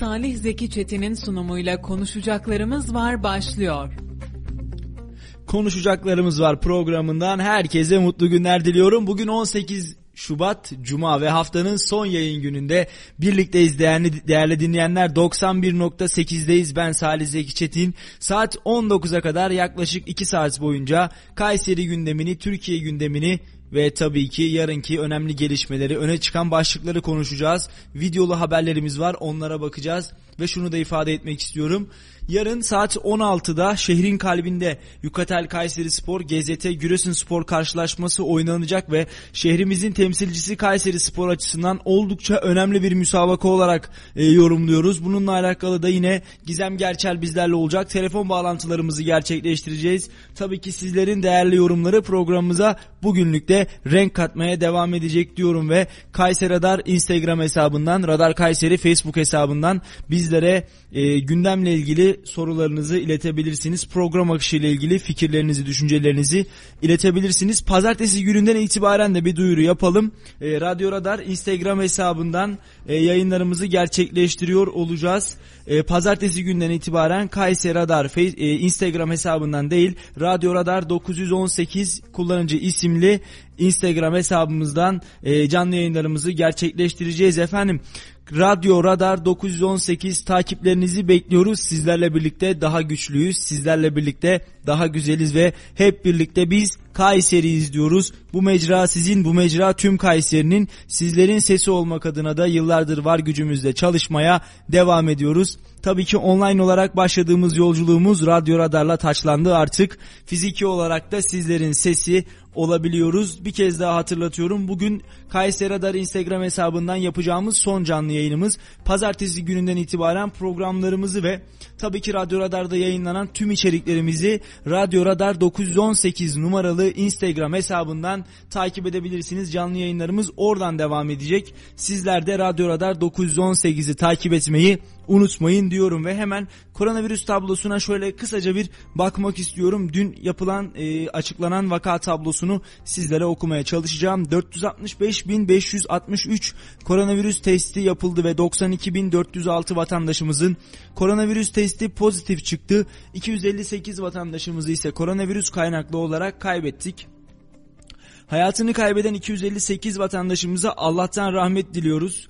Salih Zeki Çetin'in sunumuyla Konuşacaklarımız Var başlıyor. Konuşacaklarımız Var programından herkese mutlu günler diliyorum. Bugün 18 Şubat Cuma ve haftanın son yayın gününde birlikteyiz değerli dinleyenler. 91.8'deyiz. Ben Salih Zeki Çetin. Saat 19'a kadar yaklaşık 2 saat boyunca Kayseri gündemini, Türkiye gündemini ve tabii ki yarınki önemli gelişmeleri, öne çıkan başlıkları konuşacağız. Videolu haberlerimiz var, onlara bakacağız. Ve şunu da ifade etmek istiyorum. Yarın saat 16'da şehrin kalbinde Yukatel Kayserispor GZT Giresunspor karşılaşması oynanacak ve şehrimizin temsilcisi Kayserispor açısından oldukça önemli bir müsabaka olarak yorumluyoruz. Bununla alakalı da yine Gizem Gerçel bizlerle olacak. Telefon bağlantılarımızı gerçekleştireceğiz. Tabii ki sizlerin değerli yorumları programımıza bugünlük de renk katmaya devam edecek diyorum ve Kayseri Radar Instagram hesabından, Radar Kayseri Facebook hesabından bizlere gündemle ilgili sorularınızı iletebilirsiniz. Program akışı ile ilgili fikirlerinizi, düşüncelerinizi iletebilirsiniz. Pazartesi gününden itibaren de bir duyuru yapalım. Radyo Radar Instagram hesabından yayınlarımızı gerçekleştiriyor olacağız. Pazartesi günden itibaren Kayseri Radar Instagram hesabından değil, Radyo Radar 918 kullanıcı isimli Instagram hesabımızdan canlı yayınlarımızı gerçekleştireceğiz efendim. Radyo Radar 918 takiplerinizi bekliyoruz. Sizlerle birlikte daha güçlüyüz. Sizlerle birlikte daha güzeliz ve hep birlikte biz Kayseri'yiz diyoruz. Bu mecra sizin, bu mecra tüm Kayseri'nin. Sizlerin sesi olmak adına da yıllardır var gücümüzle çalışmaya devam ediyoruz. Tabii ki online olarak başladığımız yolculuğumuz Radyo Radar'la taçlandı artık. Fiziki olarak da sizlerin sesi olabiliyoruz. Bir kez daha hatırlatıyorum. Bugün Kayseri Radar Instagram hesabından yapacağımız son canlı yayınımız. Pazartesi gününden itibaren programlarımızı ve tabii ki Radyo Radar'da yayınlanan tüm içeriklerimizi Radyo Radar 918 numaralı Instagram hesabından takip edebilirsiniz. Canlı yayınlarımız oradan devam edecek. Sizler de Radyo Radar 918'i takip etmeyi unutmayın diyorum ve hemen koronavirüs tablosuna şöyle kısaca bir bakmak istiyorum. Dün yapılan açıklanan vaka tablosunu sizlere okumaya çalışacağım. 465.563 koronavirüs testi yapıldı ve 92.406 vatandaşımızın koronavirüs testi pozitif çıktı. 258 vatandaşımızı ise koronavirüs kaynaklı olarak kaybettik. Hayatını kaybeden 258 vatandaşımıza Allah'tan rahmet diliyoruz.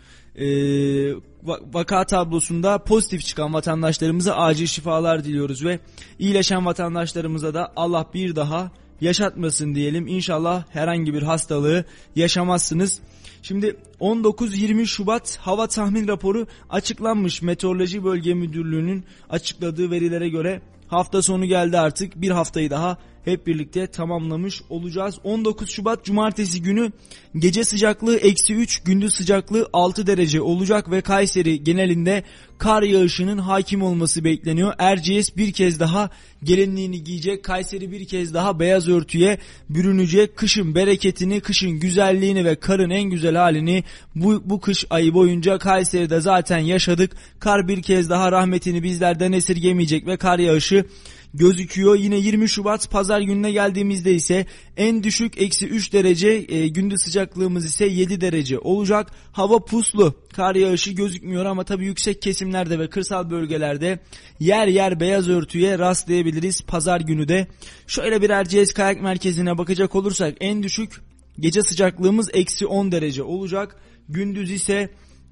Vaka tablosunda pozitif çıkan vatandaşlarımıza acil şifalar diliyoruz ve iyileşen vatandaşlarımıza da Allah bir daha yaşatmasın diyelim. İnşallah herhangi bir hastalığı yaşamazsınız. Şimdi 19-20 Şubat hava tahmin raporu açıklanmış. Meteoroloji Bölge Müdürlüğü'nün açıkladığı verilere göre hafta sonu geldi artık. Bir haftayı daha hep birlikte tamamlamış olacağız. 19 Şubat Cumartesi günü gece sıcaklığı -3, gündüz sıcaklığı 6 derece olacak ve Kayseri genelinde kar yağışının hakim olması bekleniyor. Erciyes bir kez daha gelinliğini giyecek. Kayseri bir kez daha beyaz örtüye bürünecek. Kışın bereketini, kışın güzelliğini ve karın en güzel halini bu kış ayı boyunca Kayseri'de zaten yaşadık. Kar bir kez daha rahmetini bizlerden esirgemeyecek ve kar yağışı gözüküyor. Yine 20 Şubat pazar gününe geldiğimizde ise en düşük -3 derece, gündüz sıcaklığımız ise 7 derece olacak. Hava puslu, kar yağışı gözükmüyor ama tabii yüksek kesimlerde ve kırsal bölgelerde yer yer beyaz örtüye rastlayabiliriz pazar günü de. Şöyle bir Erciyes Kayak Merkezi'ne bakacak olursak en düşük gece sıcaklığımız -10 derece olacak. Gündüz ise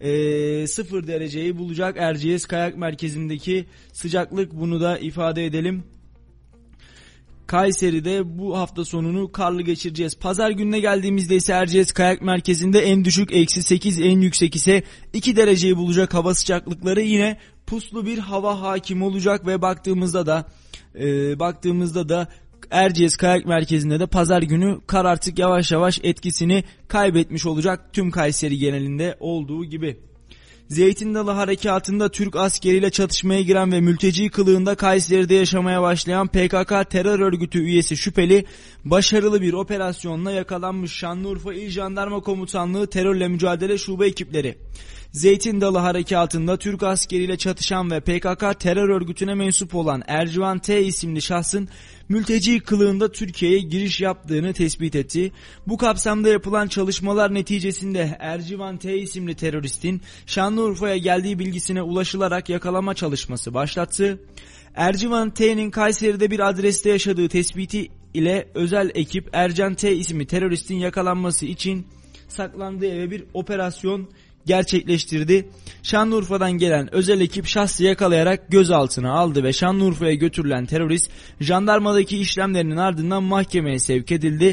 0 dereceyi bulacak Erciyes Kayak Merkezi'ndeki sıcaklık, bunu da ifade edelim. Kayseri'de bu hafta sonunu karlı geçireceğiz. Pazar gününe geldiğimizde ise Erciyes Kayak Merkezi'nde en düşük -8, en yüksek ise 2 dereceyi bulacak hava sıcaklıkları. Yine puslu bir hava hakim olacak ve baktığımızda da Erciyes Kayak Merkezi'nde de pazar günü kar artık yavaş yavaş etkisini kaybetmiş olacak, tüm Kayseri genelinde olduğu gibi. Zeytin Dalı Harekatı'nda Türk askeriyle çatışmaya giren ve mülteci kılığında Kayseri'de yaşamaya başlayan PKK terör örgütü üyesi şüpheli başarılı bir operasyonla yakalanmış. Şanlıurfa İl Jandarma Komutanlığı Terörle Mücadele Şube ekipleri Zeytin Dalı Harekatı'nda Türk askeriyle çatışan ve PKK terör örgütüne mensup olan Ercüvan T isimli şahsın mülteci kılığında Türkiye'ye giriş yaptığını tespit etti. Bu kapsamda yapılan çalışmalar neticesinde Ercivan T isimli teröristin Şanlıurfa'ya geldiği bilgisine ulaşılarak yakalama çalışması başlattı. Ercivan T'nin Kayseri'de bir adreste yaşadığı tespiti ile özel ekip Ercan T isimli teröristin yakalanması için saklandığı eve bir operasyon gerçekleştirdi. Şanlıurfa'dan gelen özel ekip şahsı yakalayarak gözaltına aldı ve Şanlıurfa'ya götürülen terörist jandarmadaki işlemlerinin ardından mahkemeye sevk edildi.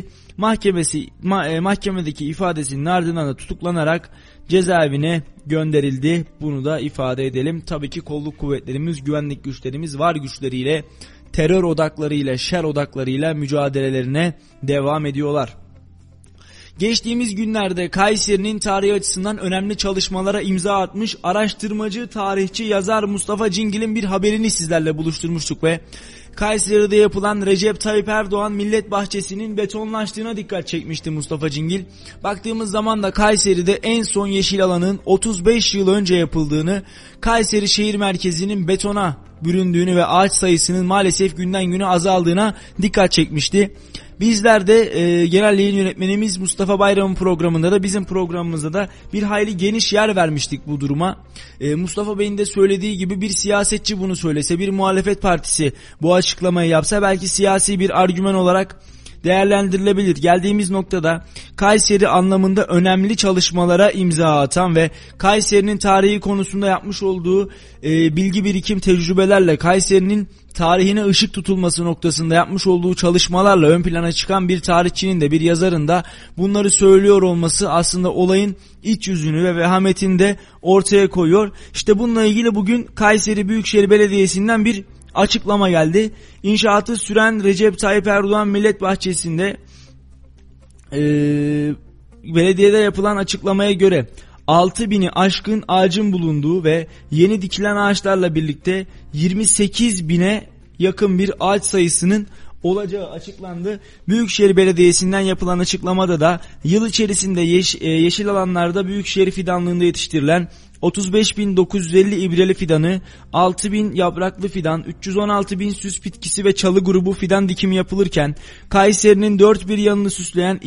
Mahkemedeki ifadesinin ardından da tutuklanarak cezaevine gönderildi. Bunu da ifade edelim. Tabii ki kolluk kuvvetlerimiz, güvenlik güçlerimiz var güçleriyle, terör odaklarıyla, şer odaklarıyla mücadelelerine devam ediyorlar. Geçtiğimiz günlerde Kayseri'nin tarihi açısından önemli çalışmalara imza atmış araştırmacı, tarihçi, yazar Mustafa Cingil'in bir haberini sizlerle buluşturmuştuk ve Kayseri'de yapılan Recep Tayyip Erdoğan Millet Bahçesi'nin betonlaştığına dikkat çekmişti Mustafa Cingil. Baktığımız zaman da Kayseri'de en son yeşil alanın 35 yıl önce yapıldığını, Kayseri şehir merkezinin betona büründüğünü ve ağaç sayısının maalesef günden güne azaldığına dikkat çekmişti. Bizler de genel yayın yönetmenimiz Mustafa Bayram'ın programında da bizim programımızda da bir hayli geniş yer vermiştik bu duruma. Mustafa Bey'in de söylediği gibi bir siyasetçi bunu söylese, bir muhalefet partisi bu açıklamayı yapsa belki siyasi bir argüman olarak değerlendirilebilir. Geldiğimiz noktada Kayseri anlamında önemli çalışmalara imza atan ve Kayseri'nin tarihi konusunda yapmış olduğu bilgi birikim tecrübelerle Kayseri'nin tarihine ışık tutulması noktasında yapmış olduğu çalışmalarla ön plana çıkan bir tarihçinin de bir yazarın da bunları söylüyor olması aslında olayın iç yüzünü ve vehametini de ortaya koyuyor. İşte bununla ilgili bugün Kayseri Büyükşehir Belediyesi'nden bir açıklama geldi. İnşaatı süren Recep Tayyip Erdoğan Millet Bahçesi'nde belediyede yapılan açıklamaya göre 6.000'i aşkın ağacın bulunduğu ve yeni dikilen ağaçlarla birlikte 28.000'e yakın bir ağaç sayısının olacağı açıklandı. Büyükşehir Belediyesi'nden yapılan açıklamada da yıl içerisinde yeşil alanlarda Büyükşehir fidanlığında yetiştirilen 35.950 ibreli fidanı, 6.000 yapraklı fidan, 316.000 süs bitkisi ve çalı grubu fidan dikimi yapılırken Kayseri'nin dört bir yanını süsleyen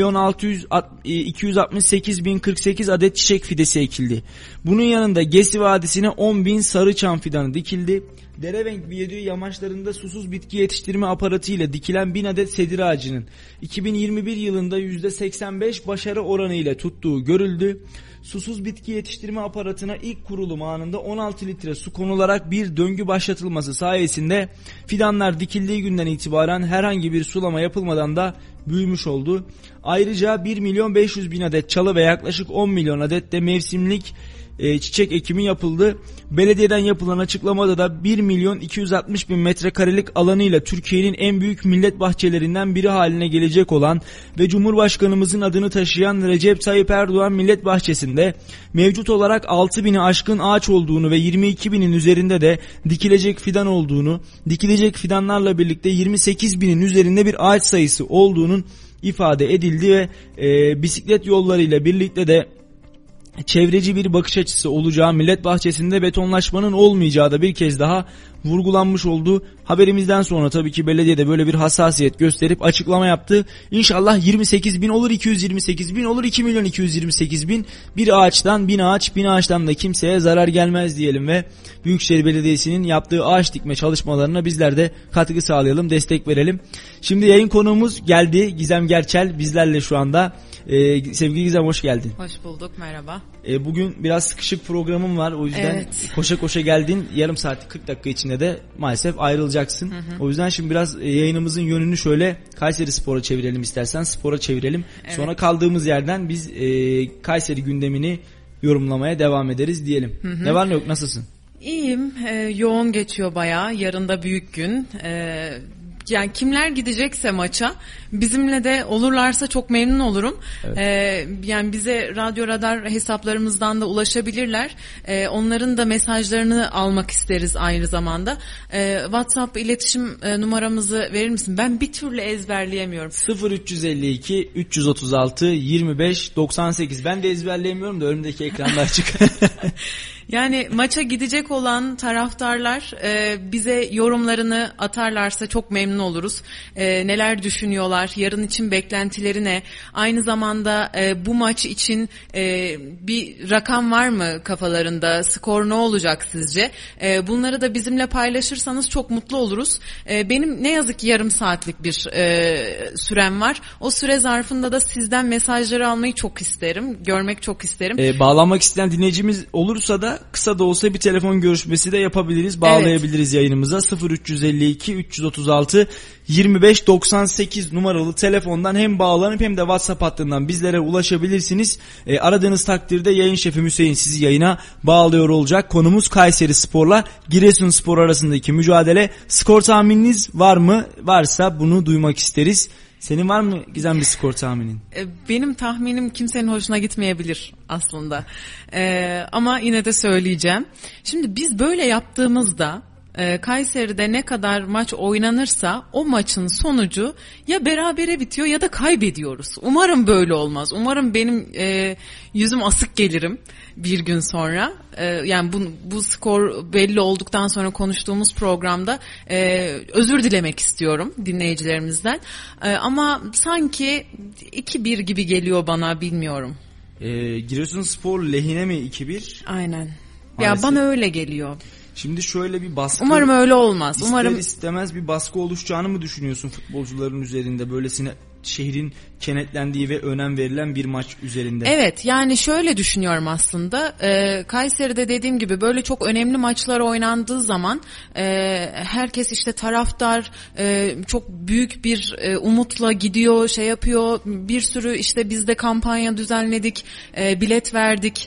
2.268.048 adet çiçek fidesi ekildi. Bunun yanında Gesi Vadisi'ne 10.000 sarı çam fidanı dikildi. Derevenk Viyadüğü yamaçlarında susuz bitki yetiştirme aparatı ile dikilen 1000 adet sedir ağacının 2021 yılında %85 başarı oranı ile tuttuğu görüldü. Susuz bitki yetiştirme aparatına ilk kurulum anında 16 litre su konularak bir döngü başlatılması sayesinde fidanlar dikildiği günden itibaren herhangi bir sulama yapılmadan da büyümüş oldu. Ayrıca 1.500.000 adet çalı ve yaklaşık 10 milyon adet de mevsimlik çiçek ekimi yapıldı. Belediyeden yapılan açıklamada da 1.260.000 metrekarelik alanıyla Türkiye'nin en büyük millet bahçelerinden biri haline gelecek olan ve Cumhurbaşkanımızın adını taşıyan Recep Tayyip Erdoğan Millet Bahçesi'nde mevcut olarak 6.000'i aşkın ağaç olduğunu ve 22.000'in üzerinde de dikilecek fidan olduğunu, dikilecek fidanlarla birlikte 28.000'in üzerinde bir ağaç sayısı olduğunun ifade edildi ve bisiklet yollarıyla birlikte de çevreci bir bakış açısı olacağı, millet bahçesinde betonlaşmanın olmayacağı da bir kez daha vurgulanmış oldu. Haberimizden sonra tabii ki belediyede böyle bir hassasiyet gösterip açıklama yaptı. İnşallah 28.000 olur, 228.000 olur, 2.228.000 bir ağaçtan 1000 ağaç, 1000 ağaçtan da kimseye zarar gelmez diyelim ve Büyükşehir Belediyesi'nin yaptığı ağaç dikme çalışmalarına bizler de katkı sağlayalım, destek verelim. Şimdi yayın konuğumuz geldi, Gizem Gerçel bizlerle şu anda. Sevgili Gizem, hoş geldin. Hoş bulduk, merhaba. Bugün biraz sıkışık programım var, o yüzden koşa koşa geldin. Yarım saat 40 dakika içinde de maalesef ayrılacaksın. Hı hı. O yüzden şimdi biraz yayınımızın yönünü şöyle Kayseri Spor'a çevirelim istersen. Spora çevirelim. Evet. Sonra kaldığımız yerden biz Kayseri gündemini yorumlamaya devam ederiz diyelim. Hı hı. Ne var ne yok, nasılsın? İyiyim. Yoğun geçiyor bayağı. Yarın da büyük gün. Yani kimler gidecekse maça bizimle de olurlarsa çok memnun olurum. Evet. Yani bize Radyo Radar hesaplarımızdan da ulaşabilirler. Onların da mesajlarını almak isteriz aynı zamanda. WhatsApp iletişim numaramızı verir misin? Ben bir türlü ezberleyemiyorum. 0352 336 25 98. Ben de ezberleyemiyorum da önümdeki ekranda açık. Yani maça gidecek olan taraftarlar bize yorumlarını atarlarsa çok memnun oluruz. Neler düşünüyorlar, yarın için beklentileri ne? Aynı zamanda bu maç için bir rakam var mı kafalarında? Skor ne olacak sizce? Bunları da bizimle paylaşırsanız çok mutlu oluruz. Benim ne yazık ki yarım saatlik bir sürem var. O süre zarfında da sizden mesajları almayı çok isterim, görmek çok isterim. Bağlanmak isteyen dinleyicimiz olursa da kısa da olsa bir telefon görüşmesi de yapabiliriz, bağlayabiliriz yayınımıza. 0352 336 25 98 numaralı telefondan hem bağlanıp hem de WhatsApp hattından bizlere ulaşabilirsiniz. Aradığınız takdirde yayın şefi Hüseyin sizi yayına bağlıyor olacak. Konumuz Kayserispor'la Giresunspor arasındaki mücadele. Skor tahmininiz var mı? Varsa bunu duymak isteriz. Senin var mı Gizem bir skor tahminin? Benim tahminim kimsenin hoşuna gitmeyebilir aslında. Ama yine de söyleyeceğim. Şimdi biz böyle yaptığımızda Kayseri'de ne kadar maç oynanırsa o maçın sonucu ya berabere bitiyor ya da kaybediyoruz. Umarım böyle olmaz. Umarım benim yüzüm asık gelirim bir gün sonra. Yani bu skor belli olduktan sonra konuştuğumuz programda özür dilemek istiyorum dinleyicilerimizden. Ama sanki 2-1 gibi geliyor bana, bilmiyorum. Giresunspor lehine mi 2-1? Aynen. Maalesef. Ya bana öyle geliyor. Şimdi şöyle bir baskı... Umarım öyle olmaz. İster istemez bir baskı oluşacağını mı düşünüyorsun futbolcuların üzerinde? Böylesine şehrin kenetlendiği ve önem verilen bir maç üzerinde. Evet, yani şöyle düşünüyorum aslında. Kayseri'de dediğim gibi böyle çok önemli maçlar oynandığı zaman herkes işte taraftar çok büyük bir umutla gidiyor, şey yapıyor. Bir sürü işte biz de kampanya düzenledik, bilet verdik.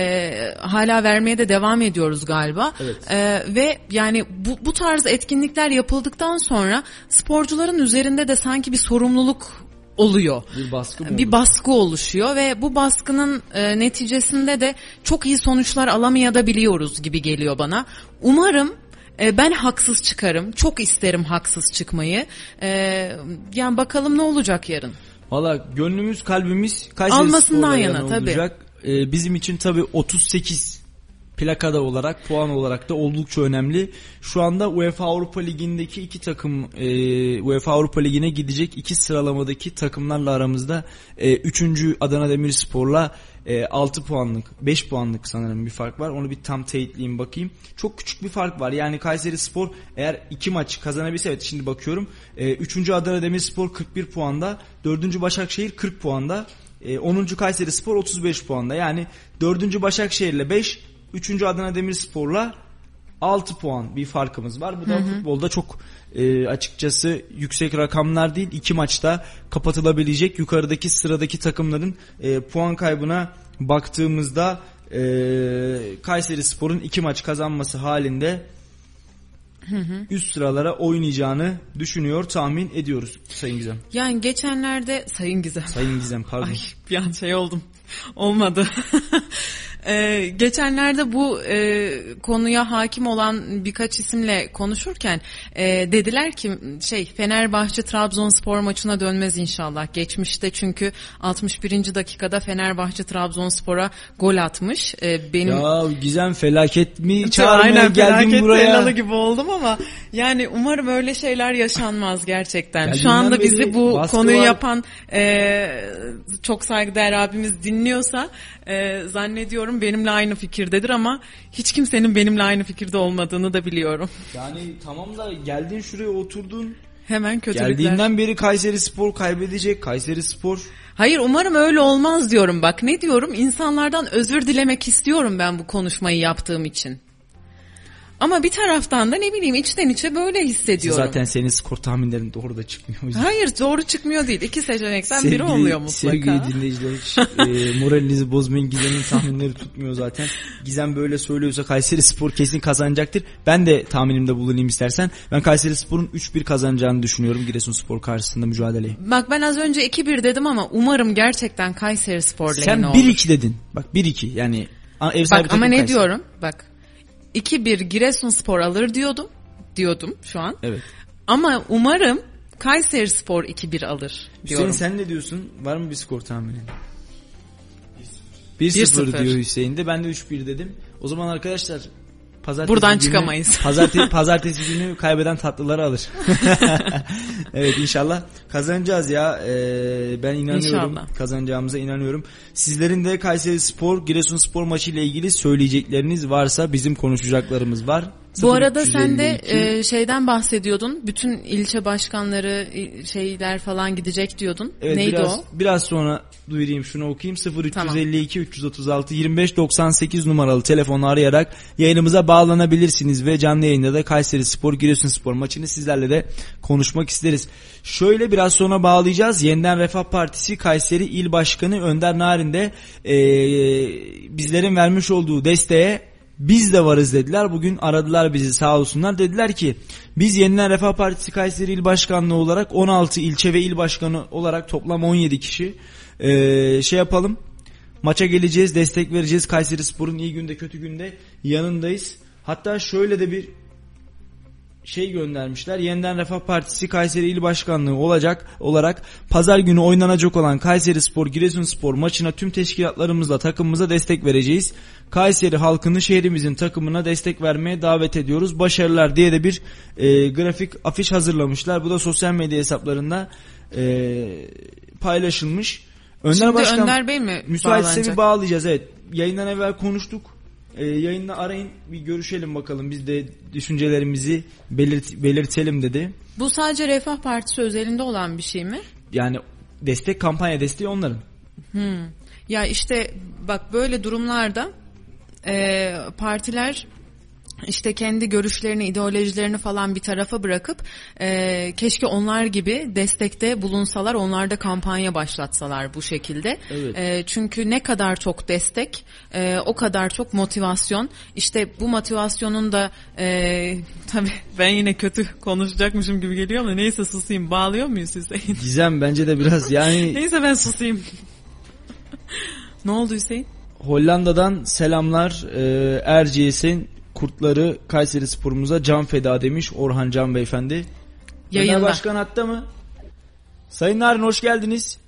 Hala vermeye de devam ediyoruz galiba. Evet. Ve yani bu tarz etkinlikler yapıldıktan sonra sporcuların üzerinde de sanki bir sorumluluk oluyor. Bir baskı oluşuyor ve bu baskının neticesinde de çok iyi sonuçlar alamayabiliyoruz gibi geliyor bana. Umarım ben haksız çıkarım. Çok isterim haksız çıkmayı. Yani bakalım ne olacak yarın. Valla gönlümüz kalbimiz Kayserispor'la yana olacak. Bizim için tabii 38 plakada olarak, puan olarak da oldukça önemli. Şu anda UEFA Avrupa Ligi'ndeki iki takım, UEFA Avrupa Ligi'ne gidecek iki sıralamadaki takımlarla aramızda 3. Adana Demirspor'la 6 puanlık, 5 puanlık sanırım bir fark var. Onu bir tam teyitleyeyim bakayım. Çok küçük bir fark var. Yani Kayserispor eğer 2 maç kazanabilse, evet şimdi bakıyorum. 3. Adana Demirspor 41 puanda, 4. Başakşehir 40 puanda, 10. Kayserispor 35 puanda. Yani 4. Başakşehir'le 5, 3. Adana Demirspor'la 6 puan bir farkımız var. Bu da futbolda çok açıkçası yüksek rakamlar değil. 2 maçta kapatılabilecek yukarıdaki sıradaki takımların puan kaybına baktığımızda Kayserispor'un 2 maç kazanması halinde üst sıralara oynayacağını düşünüyor, tahmin ediyoruz Sayın Gizem. Yani geçenlerde Sayın Gizem pardon. Ay, bir an şey oldum. Olmadı. Geçenlerde bu konuya hakim olan birkaç isimle konuşurken dediler ki Fenerbahçe Trabzonspor maçına dönmez inşallah. Geçmişte çünkü 61. dakikada Fenerbahçe Trabzonspor'a gol atmış. Ya Gizem, felaket mi çağırmaya geldin buraya? Aynen, felaket gibi oldum ama yani umarım öyle şeyler yaşanmaz gerçekten. Şu anda bizi bu konuyu yapan çok saygıdeğer abimiz dinliyorsa zannediyorum benimle aynı fikirdedir ama hiç kimsenin benimle aynı fikirde olmadığını da biliyorum. Yani tamam da geldin şuraya oturdun. Hemen kötülükler. Geldiğinden beri Kayserispor kaybedecek. Kayserispor. Hayır, umarım öyle olmaz diyorum. Bak ne diyorum, insanlardan özür dilemek istiyorum ben bu konuşmayı yaptığım için. Ama bir taraftan da ne bileyim içten içe böyle hissediyorum. Zaten senin skor tahminlerin doğru da çıkmıyor. Hayır, doğru çıkmıyor değil. 2 seçenekten biri oluyor mutlaka. Sevgili dinleyiciler, moralinizi bozmayın. Gizem'in tahminleri tutmuyor zaten. Gizem böyle söylüyorsa Kayserispor kesin kazanacaktır. Ben de tahminimde bulunayım istersen. Ben Kayserispor'un 3-1 kazanacağını düşünüyorum Giresunspor karşısında mücadeleyi. Bak ben az önce 2-1 dedim ama umarım gerçekten Kayserispor lehine Sen olur. 1-2 dedin. Bak 1-2 yani ev sahibi. Bak ama ne diyorum? Bak 2-1 Giresunspor alır diyordum şu an. Evet. Ama umarım Kayserispor 2-1 alır diyorum. Hüseyin sen ne diyorsun? Var mı bir skor tahmini? 1-0 diyor Hüseyin de. Ben de 3-1 dedim. O zaman arkadaşlar buradan çıkamayız. Pazartesi günü kaybeden tatlıları alır. Evet, inşallah kazanacağız ya. Ben inanıyorum. İnşallah. Kazanacağımıza inanıyorum. Sizlerin de Kayserispor Giresunspor maçı ile ilgili söyleyecekleriniz varsa bizim konuşacaklarımız var. Bu arada sen de şeyden bahsediyordun. Bütün ilçe başkanları şeyler falan gidecek diyordun. Evet, neydi o? Biraz sonra duyurayım, şunu okuyayım. 0352 336 25 98 numaralı telefonla arayarak yayınımıza bağlanabilirsiniz ve canlı yayında da Kayserispor Giresunspor maçını sizlerle de konuşmak isteriz. Şöyle biraz sonra bağlayacağız. Yeniden Refah Partisi Kayseri İl Başkanı Önder Narin de bizlerin vermiş olduğu desteğe biz de varız dediler. Bugün aradılar bizi, sağ olsunlar. Dediler ki biz Yeniden Refah Partisi Kayseri İl Başkanlığı olarak 16 ilçe ve il başkanı olarak toplam 17 kişi şey yapalım. Maça geleceğiz, destek vereceğiz. Kayserispor'un iyi günde kötü günde yanındayız. Hatta şöyle de bir şey göndermişler. Yeniden Refah Partisi Kayseri İl Başkanlığı olarak pazar günü oynanacak olan Kayserispor Giresunspor maçına tüm teşkilatlarımızla takımımıza destek vereceğiz. Kayseri halkını şehrimizin takımına destek vermeye davet ediyoruz. Başarılar diye de bir grafik afiş hazırlamışlar. Bu da sosyal medya hesaplarında paylaşılmış. Şimdi Başkan, Önder Bey mi müsaitse bir bağlayacağız. Evet. Yayından evvel konuştuk. Yayında arayın, bir görüşelim bakalım, biz de düşüncelerimizi belirtelim dedi. Bu sadece Refah Partisi özelinde olan bir şey mi? Yani kampanya desteği onların. Ya işte bak, böyle durumlarda partiler işte kendi görüşlerini, ideolojilerini falan bir tarafa bırakıp keşke onlar gibi destekte bulunsalar, onlar da kampanya başlatsalar bu şekilde. Evet. Çünkü ne kadar çok destek, o kadar çok motivasyon. İşte bu motivasyonun da tabii ben yine kötü konuşacakmışım gibi geliyor ama neyse, susayım. Bağlıyor muyuz Hüseyin? Gizem, bence de biraz yani. Neyse, ben susayım. Ne oldu Hüseyin? Hollanda'dan selamlar. Erciyes'in kurtları Kayserispor'umuza can feda demiş Orhan Can Beyefendi. Yayında. Başkan hatta mı? Sayın Narin, hoş geldiniz.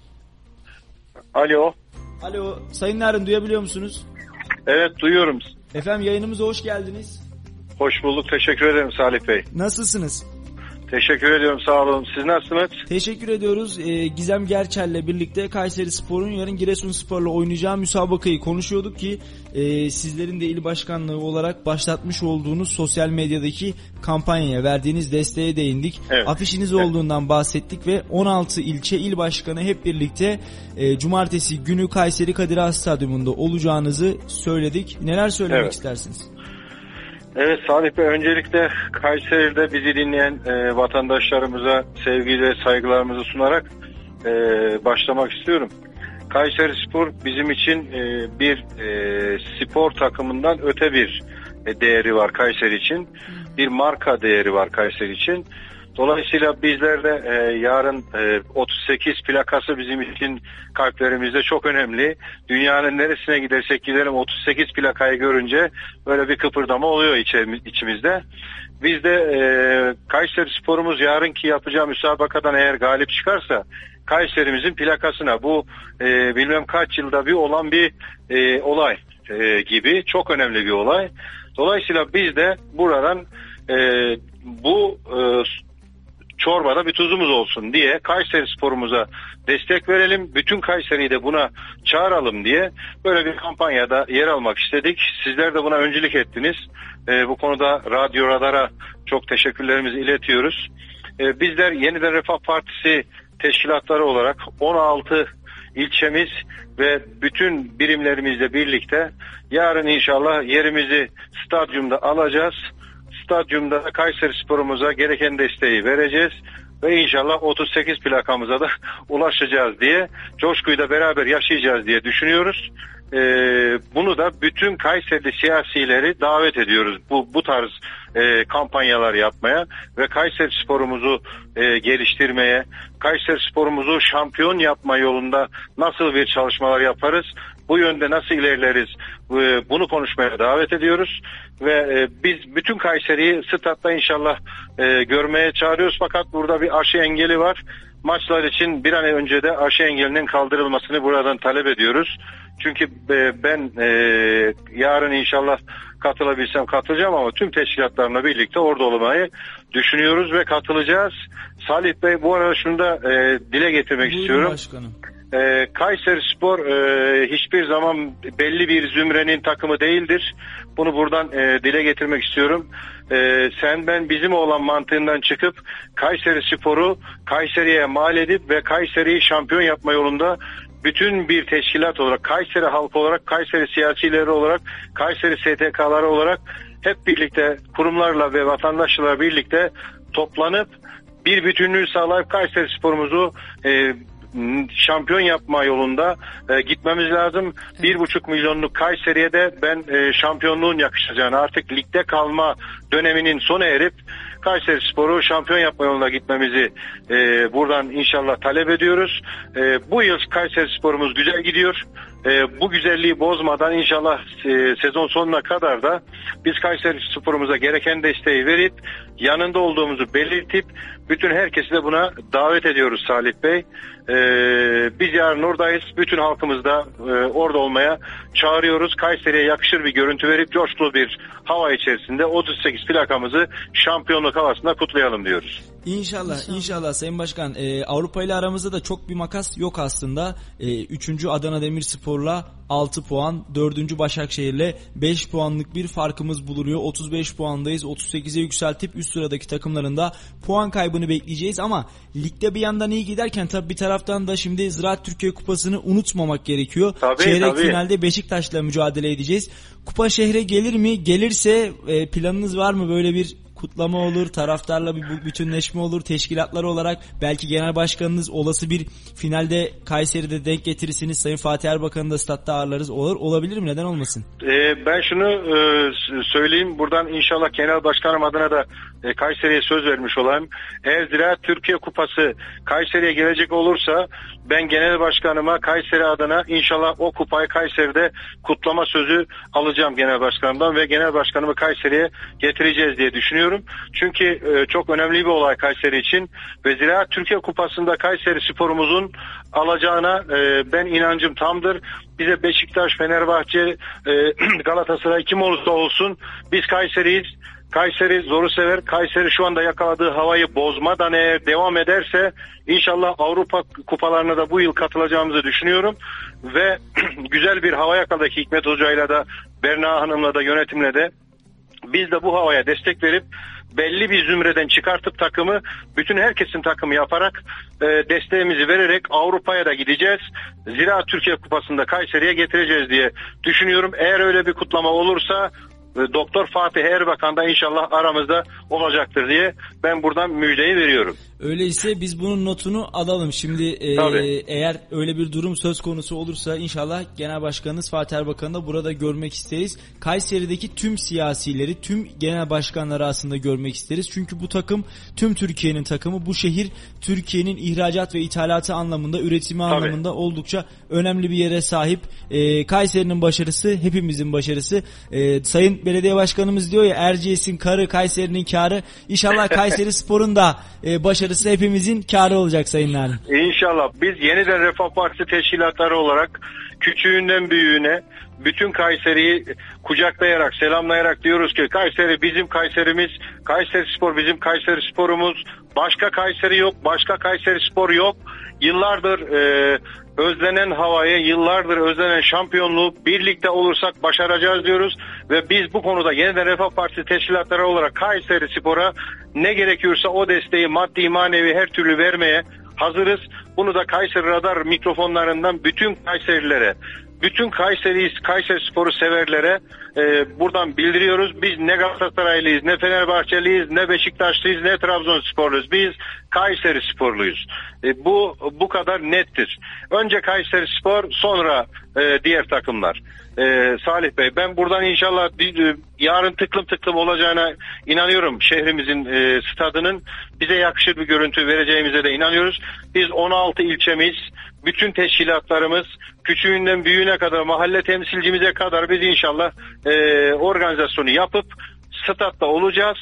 Alo. Alo. Sayın Narin, duyabiliyor musunuz? Evet, duyuyorum. Efendim, yayınımıza hoş geldiniz. Hoş bulduk. Teşekkür ederim Salih Bey. Nasılsınız? Teşekkür ediyorum, sağ olun. Siz nasılsınız? Teşekkür ediyoruz. Gizem Gerçel'le birlikte Kayserispor'un yarın Giresunspor'la oynayacağı müsabakayı konuşuyorduk ki sizlerin de il başkanlığı olarak başlatmış olduğunuz sosyal medyadaki kampanyaya verdiğiniz desteğe değindik. Evet. Afişiniz olduğundan bahsettik ve 16 ilçe il başkanı hep birlikte cumartesi günü Kayseri Kadir Has Stadyumunda olacağınızı söyledik. Neler söylemek istersiniz? Evet Salih Bey, öncelikle Kayseri'de bizi dinleyen vatandaşlarımıza sevgi ve saygılarımızı sunarak başlamak istiyorum. Kayserispor bizim için bir spor takımından öte bir değeri var Kayseri için. Bir marka değeri var Kayseri için. Dolayısıyla bizler de yarın 38 plakası bizim için kalplerimizde çok önemli. Dünyanın neresine gidersek gidelim 38 plakayı görünce böyle bir kıpırdama oluyor içimizde. Biz de Kayserispor'umuz yarınki yapacağı müsabakadan eğer galip çıkarsa Kayseri'mizin plakasına, bu bilmem kaç yılda bir olan bir olay gibi çok önemli bir olay. Dolayısıyla biz de buradan bu çorbada bir tuzumuz olsun diye Kayserispor'umuza destek verelim. Bütün Kayseri'yi de buna çağıralım diye böyle bir kampanyada yer almak istedik. Sizler de buna öncülük ettiniz. Bu konuda Radyo Radar'a çok teşekkürlerimizi iletiyoruz. Bizler Yeniden Refah Partisi teşkilatları olarak 16 ilçemiz ve bütün birimlerimizle birlikte yarın inşallah yerimizi stadyumda alacağız. Stadyumda Kayserispor'umuza gereken desteği vereceğiz ve inşallah 38 plakamıza da ulaşacağız diye, coşkuyu da beraber yaşayacağız diye düşünüyoruz. Bunu da bütün Kayseri'li siyasileri davet ediyoruz bu tarz kampanyalar yapmaya ve Kayserispor'umuzu geliştirmeye, Kayserispor'umuzu şampiyon yapma yolunda nasıl bir çalışmalar yaparız, bu yönde nasıl ilerleriz, bunu konuşmaya davet ediyoruz ve biz bütün Kayseri'yi statta inşallah görmeye çağırıyoruz, fakat burada bir aşı engeli var. maçlar için bir an önce de aşı engelinin kaldırılmasını buradan talep ediyoruz. Çünkü ben yarın inşallah katılabilsem katılacağım ama tüm teşkilatlarla birlikte orada olmayı düşünüyoruz ve katılacağız. Salih Bey, bu arada şunu da dile getirmek Buyurun istiyorum. Başkanım. Kayserispor hiçbir zaman belli bir zümrenin takımı değildir. Bunu buradan dile getirmek istiyorum. Sen ben bizim olan mantığından çıkıp Kayserispor'u Kayseri'ye mal edip ve Kayseri'yi şampiyon yapma yolunda bütün bir teşkilat olarak, Kayseri halkı olarak, Kayseri siyasileri olarak, Kayseri STK'ları olarak hep birlikte kurumlarla ve vatandaşlarla birlikte toplanıp bir bütünlüğü sağlayıp Kayserispor'umuzu şampiyon yapma yolunda gitmemiz lazım. 1,5 milyonluk Kayseri'ye de ben şampiyonluğun yakışacağını, artık ligde kalma döneminin sona erip Kayserispor'u şampiyon yapma yoluna gitmemizi buradan inşallah talep ediyoruz. Bu yıl Kayserispor'umuz güzel gidiyor. Bu güzelliği bozmadan inşallah sezon sonuna kadar da biz Kayserispor'umuza gereken desteği verip yanında olduğumuzu belirtip bütün herkesi de buna davet ediyoruz Salih Bey. Biz yarın oradayız. Bütün halkımız da orada olmaya çağırıyoruz. Kayseri'ye yakışır bir görüntü verip coşkulu bir hava içerisinde 38 plakamızı şampiyonluk havasında kutlayalım diyoruz. İnşallah Sayın Başkan. Avrupa ile aramızda da çok bir makas yok aslında. 3. Adana Demirspor'la 6 puan, 4. Başakşehir'le 5 puanlık bir farkımız bulunuyor. 35 puandayız. 38'e yükseltip üst sıradaki takımların da puan kaybını bekleyeceğiz ama ligde bir yandan iyi giderken tabii bir taraftan da şimdi Ziraat Türkiye Kupası'nı unutmamak gerekiyor. Çeyrek finalde Beşiktaş'la mücadele edeceğiz. Kupa şehre gelir mi? Gelirse planınız var mı? Böyle bir kutlama olur, taraftarla bir bütünleşme olur, teşkilatlar olarak belki genel başkanınız olası bir finalde Kayseri'de denk getirirsiniz, Sayın Fatih Erbakan'ı da statta ağırlarız, olabilir mi? Neden olmasın? Ben şunu söyleyeyim, buradan inşallah genel başkanım adına da Kayseri'ye söz vermiş olayım. Eğer Ziraat Türkiye Kupası Kayseri'ye gelecek olursa ben genel başkanıma Kayseri adına inşallah o kupayı Kayseri'de kutlama sözü alacağım genel başkanımdan ve genel başkanımı Kayseri'ye getireceğiz diye düşünüyorum. Çünkü çok önemli bir olay Kayseri için ve Ziraat Türkiye Kupası'nda Kayserispor'umuzun alacağına ben inancım tamdır. Bize Beşiktaş, Fenerbahçe, Galatasaray kim olursa olsun biz Kayseri'yiz. Kayseri zoru sever. Kayseri şu anda yakaladığı havayı bozmadan eğer devam ederse inşallah Avrupa kupalarına da bu yıl katılacağımızı düşünüyorum. Ve güzel bir hava yakaladık Hikmet Hoca'yla da, Berna Hanım'la da, yönetimle de. Biz de bu havaya destek verip belli bir zümreden çıkartıp takımı bütün herkesin takımı yaparak desteğimizi vererek Avrupa'ya da gideceğiz. Ziraat Türkiye Kupası'nda Kayseri'ye getireceğiz diye düşünüyorum. Eğer öyle bir kutlama olursa Doktor Fatih Erbakan da inşallah aramızda olacaktır diye ben buradan müjdeyi veriyorum. Öyleyse biz bunun notunu alalım. Şimdi eğer öyle bir durum söz konusu olursa inşallah Genel Başkanınız Fatih Erbakan'ı da burada görmek isteriz. Kayseri'deki tüm siyasileri, tüm genel başkanları aslında görmek isteriz. Çünkü bu takım tüm Türkiye'nin takımı. Bu şehir Türkiye'nin ihracat ve ithalatı anlamında, üretimi anlamında oldukça önemli bir yere sahip. Kayseri'nin başarısı hepimizin başarısı. Sayın Belediye Başkanımız diyor ya, Erciyes'in karı Kayseri'nin kârı. İnşallah Kayserispor'un da başarısı hepimizin kârı olacak Sayın Narin. İnşallah. Biz yeniden Refah Partisi teşkilatları olarak küçüğünden büyüğüne bütün Kayseri'yi kucaklayarak, selamlayarak diyoruz ki Kayseri bizim Kayserimiz, Kayserispor bizim Kayserisporumuz, başka Kayseri yok, başka Kayserispor yok. Yıllardır özlenen havayı, yıllardır özlenen şampiyonluğu birlikte olursak başaracağız diyoruz ve biz bu konuda yeniden Refah Partisi teşkilatları olarak Kayserispor'a ne gerekiyorsa o desteği maddi manevi her türlü vermeye hazırız. Bunu da Kayseri Radar mikrofonlarından bütün Kayserililere, bütün Kayserispor'u severlere buradan bildiriyoruz. Biz ne Galatasaraylıyız, ne Fenerbahçeliyiz, ne Beşiktaşlıyız, ne Trabzonsporluyuz. Biz Kayserisporluyuz. Bu kadar nettir. Önce Kayserispor, sonra diğer takımlar. Salih Bey, ben buradan inşallah yarın tıklım tıklım olacağına inanıyorum. Şehrimizin stadının bize yakışır bir görüntü vereceğimize de inanıyoruz. Biz 16 ilçemiz, bütün teşkilatlarımız, küçüğünden büyüğüne kadar, mahalle temsilcimize kadar biz inşallah organizasyonu yapıp statta olacağız.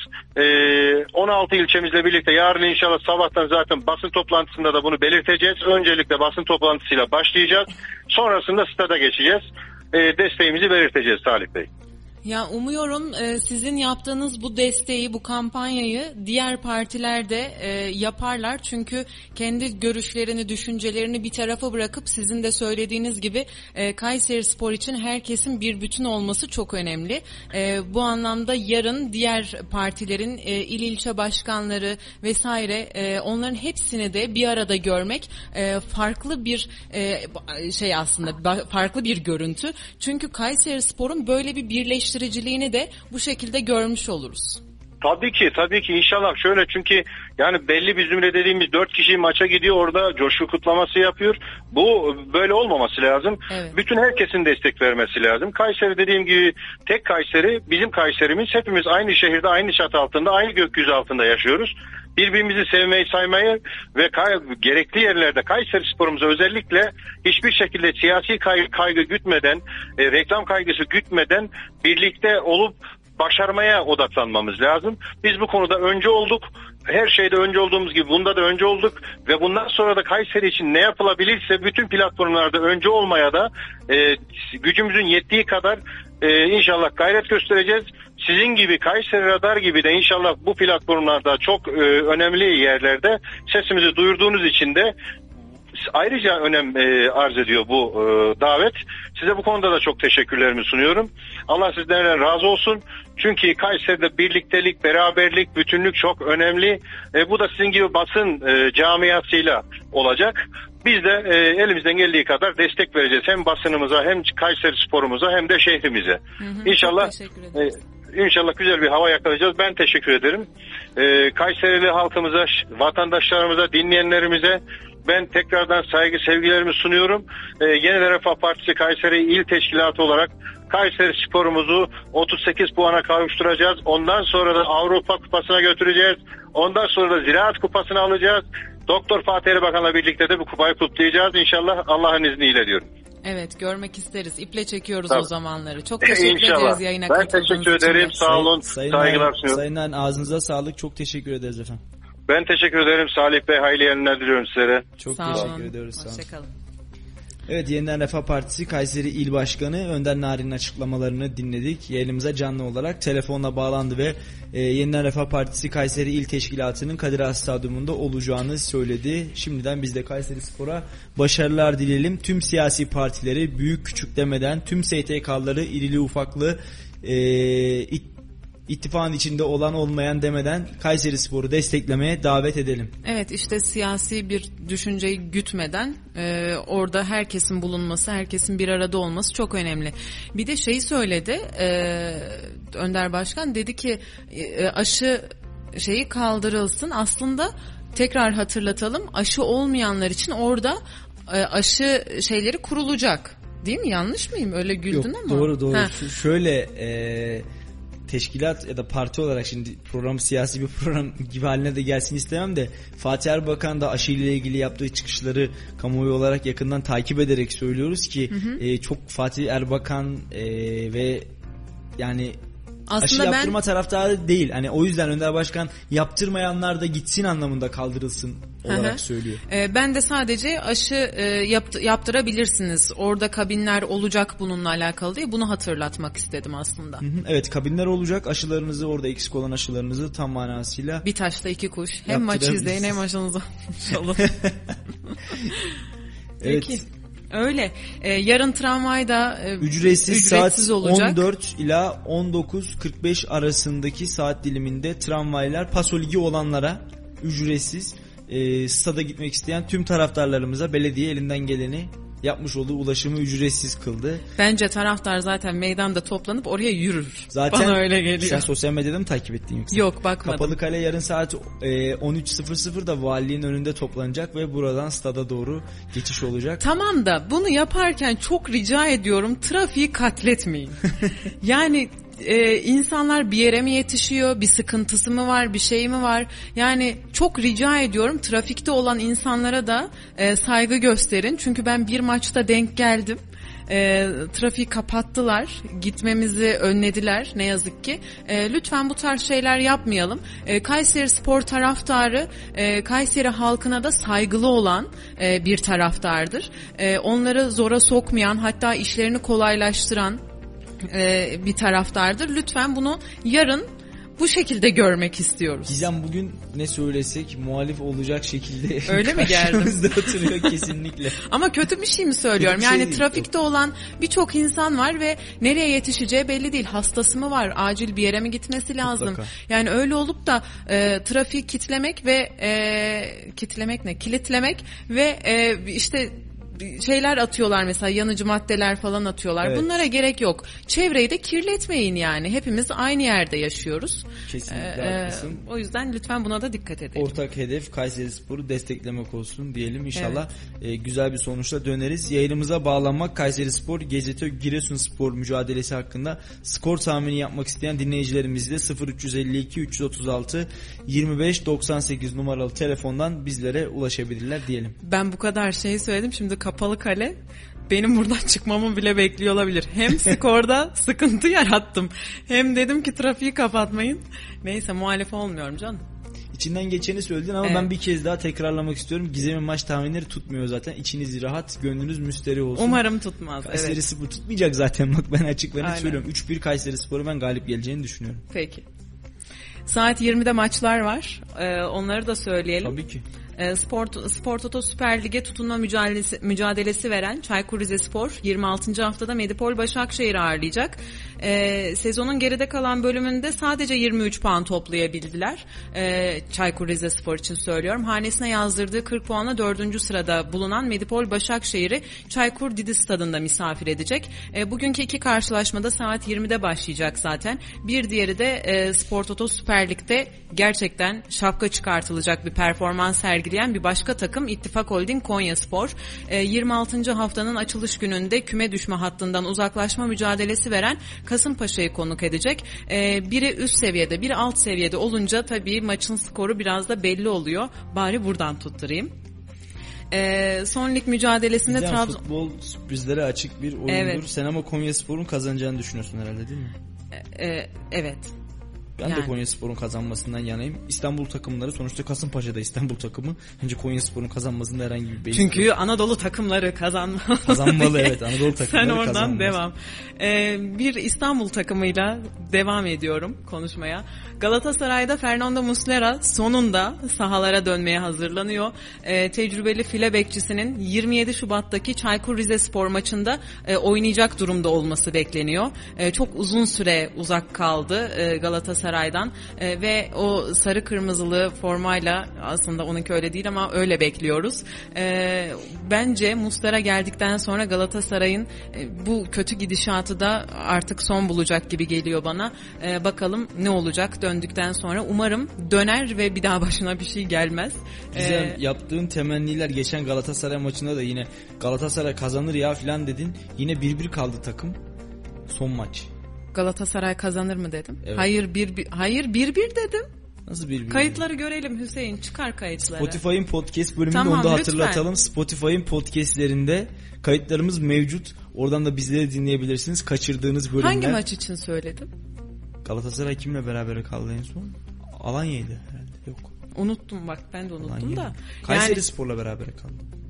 16 ilçemizle birlikte yarın inşallah sabahtan zaten basın toplantısında da bunu belirteceğiz. Öncelikle basın toplantısıyla başlayacağız. Sonrasında stada geçeceğiz. Desteğimizi belirteceğiz Salih Bey. Ya umuyorum sizin yaptığınız bu desteği, bu kampanyayı diğer partiler de yaparlar. Çünkü kendi görüşlerini, düşüncelerini bir tarafa bırakıp sizin de söylediğiniz gibi Kayserispor için herkesin bir bütün olması çok önemli. Bu anlamda yarın diğer partilerin il ilçe başkanları vesaire onların hepsini de bir arada görmek farklı bir şey aslında, farklı bir görüntü. Çünkü Kayserispor'un böyle bir birleştiriciliğini de bu şekilde görmüş oluruz. Tabii ki inşallah şöyle, çünkü yani belli bir zümre dediğimiz 4 kişi maça gidiyor, orada coşku kutlaması yapıyor. Bu böyle olmaması lazım. Evet. Bütün herkesin destek vermesi lazım. Kayseri dediğim gibi tek Kayseri, bizim Kayserimiz, hepimiz aynı şehirde, aynı çatı altında, aynı gökyüzü altında yaşıyoruz. Birbirimizi sevmeyi, saymayı ve gerekli yerlerde Kayserispor'umuza özellikle hiçbir şekilde siyasi kaygı gütmeden, reklam kaygısı gütmeden birlikte olup başarmaya odaklanmamız lazım. Biz bu konuda önce olduk. Her şeyde önce olduğumuz gibi bunda da önce olduk ve bundan sonra da Kayseri için ne yapılabilirse bütün platformlarda önce olmaya da gücümüzün yettiği kadar inşallah gayret göstereceğiz. Sizin gibi, Kayseri Radar gibi de inşallah bu platformlarda çok önemli yerlerde sesimizi duyurduğunuz için de ayrıca önem arz ediyor bu davet. Size bu konuda da çok teşekkürlerimi sunuyorum. Allah sizlerden razı olsun. Çünkü Kayseri'de birliktelik, beraberlik, bütünlük çok önemli. Bu da sizin gibi basın camiasıyla olacak. Biz de elimizden geldiği kadar destek vereceğiz. Hem basınımıza, hem Kayserispor'umuza, hem de şehrimize. İnşallah İnşallah güzel bir hava yakalayacağız. Ben teşekkür ederim. Kayserili halkımıza, vatandaşlarımıza, dinleyenlerimize ben tekrardan saygı, sevgilerimi sunuyorum. Yeniden Refah Partisi Kayseri İl Teşkilatı olarak Kayserispor'umuzu 38 puana kavuşturacağız. Ondan sonra da Avrupa Kupası'na götüreceğiz. Ondan sonra da Ziraat Kupası'nı alacağız. Doktor Fatih Erbakan'la birlikte de bu kupayı kutlayacağız. İnşallah Allah'ın izniyle diyorum. Evet, görmek isteriz. İple çekiyoruz o zamanları. Çok teşekkür ederiz yayına katıldığınız için. Ben teşekkür ederim. Sağ olun. Saygılar sunuyorum. Sayın ağzınıza sağlık. Çok teşekkür ederiz efendim. Ben teşekkür ederim Salih Bey. Hayırlı yayınlar diliyorum sizlere. Çok teşekkür ediyoruz. Hoşçakalın. Evet, Yeniden Refah Partisi Kayseri İl Başkanı Önder Narin'in açıklamalarını dinledik. Yayınımıza canlı olarak telefonla bağlandı ve Yeniden Refah Partisi Kayseri İl Teşkilatı'nın Kadir Has Stadyumunda olacağını söyledi. Şimdiden biz de Kayserispor'a başarılar dileyelim. Tüm siyasi partileri büyük küçük demeden, tüm STK'ları irili ufaklı İttifakın içinde olan olmayan demeden Kayserispor'u desteklemeye davet edelim. Evet, işte siyasi bir düşünceyi gütmeden orada herkesin bulunması, herkesin bir arada olması çok önemli. Bir de şeyi söyledi Önder Başkan, dedi ki aşı şeyi kaldırılsın. Aslında tekrar hatırlatalım, aşı olmayanlar için orada aşı şeyleri kurulacak. Değil mi? Yanlış mıyım? Öyle güldün. Yok, ama. Doğru. Şöyle teşkilat ya da parti olarak, şimdi program siyasi bir program gibi haline de gelsin istemem de, Fatih Erbakan da aşı ile ilgili yaptığı çıkışları kamuoyu olarak yakından takip ederek söylüyoruz ki çok Fatih Erbakan ve yani aslında aşı yaptırma taraftarı değil. Hani o yüzden Önder Başkan yaptırmayanlar da gitsin anlamında kaldırılsın olarak söylüyor. Ben de sadece aşı yaptırabilirsiniz. Orada kabinler olacak bununla alakalı diye bunu hatırlatmak istedim aslında. Evet, kabinler olacak. Aşılarınızı, orada eksik olan aşılarınızı tam manasıyla bir taşla iki kuş. Hem maç izleyin hem aşınızı inşallah. Peki. Evet. Öyle. Yarın tramvayda ücretsiz olacak. 14 ila 19.45 arasındaki saat diliminde tramvaylar Paso Ligi olanlara ücretsiz. Stada gitmek isteyen tüm taraftarlarımıza belediye elinden geleni yapmış olduğu ulaşımı ücretsiz kıldı. Bence taraftar zaten meydanda toplanıp oraya yürür. Zaten bana öyle geliyor. Sen sosyal medyada mı takip ettin yoksa? Yok, bakmadım. Kapalı Kale yarın saat 13.00'da valiliğin önünde toplanacak ve buradan stada doğru geçiş olacak. Tamam da bunu yaparken çok rica ediyorum, trafiği katletmeyin. Yani insanlar bir yere mi yetişiyor, bir sıkıntısı mı var, bir şey mi var? Yani çok rica ediyorum, trafikte olan insanlara da saygı gösterin. Çünkü ben bir maçta denk geldim. trafiği kapattılar, gitmemizi önlediler ne yazık ki. Lütfen bu tarz şeyler yapmayalım. Kayserispor taraftarı Kayseri halkına da saygılı olan bir taraftardır. Onları zora sokmayan, hatta işlerini kolaylaştıran bir taraftardır. Lütfen bunu yarın bu şekilde görmek istiyoruz. Gizem bugün ne söylesek muhalif olacak şekilde öyle mi geldim? Karşımızda oturuyor kesinlikle. Ama kötü bir şey mi söylüyorum? Kötü bir şey Yani değil, trafikte olan birçok insan var ve nereye yetişeceği belli değil. Hastası mı var? Acil bir yere mi gitmesi lazım? Mutlaka. Yani öyle olup da trafiği kilitlemek ve kilitlemek ve işte şeyler atıyorlar, mesela yanıcı maddeler falan atıyorlar. Evet. Bunlara gerek yok. Çevreyi de kirletmeyin yani. Hepimiz aynı yerde yaşıyoruz. Kesinlikle haklısın. O yüzden lütfen buna da dikkat edelim. Ortak hedef Kayserispor'u desteklemek olsun diyelim. İnşallah güzel bir sonuçla döneriz. Yayınımıza bağlanmak, Kayserispor Giresunspor mücadelesi hakkında skor tahmini yapmak isteyen dinleyicilerimizle 0352 336 25 98 numaralı telefondan bizlere ulaşabilirler diyelim. Ben bu kadar şey söyledim. Şimdi kapalı kale benim buradan çıkmamı bile bekliyor olabilir. Hem skorda sıkıntı yarattım, hem dedim ki trafiği kapatmayın. Neyse, muhalif olmuyorum canım. İçinden geçeni söyledin ama ben bir kez daha tekrarlamak istiyorum. Gizem'in maç tahminleri tutmuyor zaten. İçiniz rahat, gönlünüz müsterih olsun. Umarım tutmaz. Kayserispor tutmayacak zaten, bak ben açık ve net söylüyorum. 3-1 Kayserispor'u ben galip geleceğini düşünüyorum. Peki. Saat 20'de maçlar var. Onları da söyleyelim. Tabii ki. Spor Toto Süper Lig'e tutunma mücadelesi veren Çaykur Rizespor 26. haftada Medipol Başakşehir'i ağırlayacak. Sezonun geride kalan bölümünde sadece 23 puan toplayabildiler. Çaykur Rizespor için söylüyorum. Hanesine yazdırdığı 40 puanla 4. sırada bulunan Medipol Başakşehir'i Çaykur Didi Stadı'nda misafir edecek. Bugünkü iki karşılaşmada saat 20'de başlayacak zaten. Bir diğeri de Spor Toto Süper Lig'de gerçekten şapka çıkartılacak bir performans sergileyen bir başka takım İttifak Holding Konyaspor. 26. haftanın açılış gününde küme düşme hattından uzaklaşma mücadelesi veren Kasımpaşa'yı konuk edecek. Biri üst seviyede, biri alt seviyede olunca tabii maçın skoru biraz da belli oluyor. Bari buradan tutturayım. Son lig mücadelesinde Trabzon... Futbol sürprizlere açık bir oyundur. Evet. Sen ama Konyaspor'un kazanacağını düşünüyorsun herhalde, değil mi? Evet. Ben de Konyaspor'un kazanmasından yanayım. İstanbul takımları, sonuçta Kasımpaşa'da İstanbul takımı. Bence Konyaspor'un kazanmasında herhangi bir beis. Çünkü Anadolu takımları kazanmalı. Evet, Anadolu takımları sen oradan kazanmalı. Devam. Bir İstanbul takımıyla devam ediyorum konuşmaya. Galatasaray'da Fernando Muslera sonunda sahalara dönmeye hazırlanıyor. Tecrübeli file bekçisinin 27 Şubat'taki Çaykur Rizespor maçında oynayacak durumda olması bekleniyor. Çok uzun süre uzak kaldı Galatasaray'dan ve o sarı kırmızılı formayla, aslında onunki öyle değil ama öyle bekliyoruz. Bence Muslera geldikten sonra Galatasaray'ın bu kötü gidişatı da artık son bulacak gibi geliyor bana. Bakalım ne olacak döndükten sonra. Umarım döner ve bir daha başına bir şey gelmez. Güzel yaptığın temenniler, geçen Galatasaray maçında da yine Galatasaray kazanır ya falan dedin. Yine 1-1 kaldı takım. Son maç. Galatasaray kazanır mı dedim? Evet. Hayır 1-1 dedim. Nasıl 1-1? Kayıtları görelim Hüseyin, çıkar kayıtları. Spotify'ın podcast bölümünde tamam, onu da lütfen hatırlatalım. Spotify'ın podcastlerinde kayıtlarımız mevcut. Oradan da bizleri dinleyebilirsiniz. Kaçırdığınız bölümler. Hangi maç için söyledim? Galatasaray kimle beraber kaldı en son? Alanya'ydı herhalde. Yok. Unuttum bak, ben de unuttum Alanya da. Kayserispor'la beraber kaldı.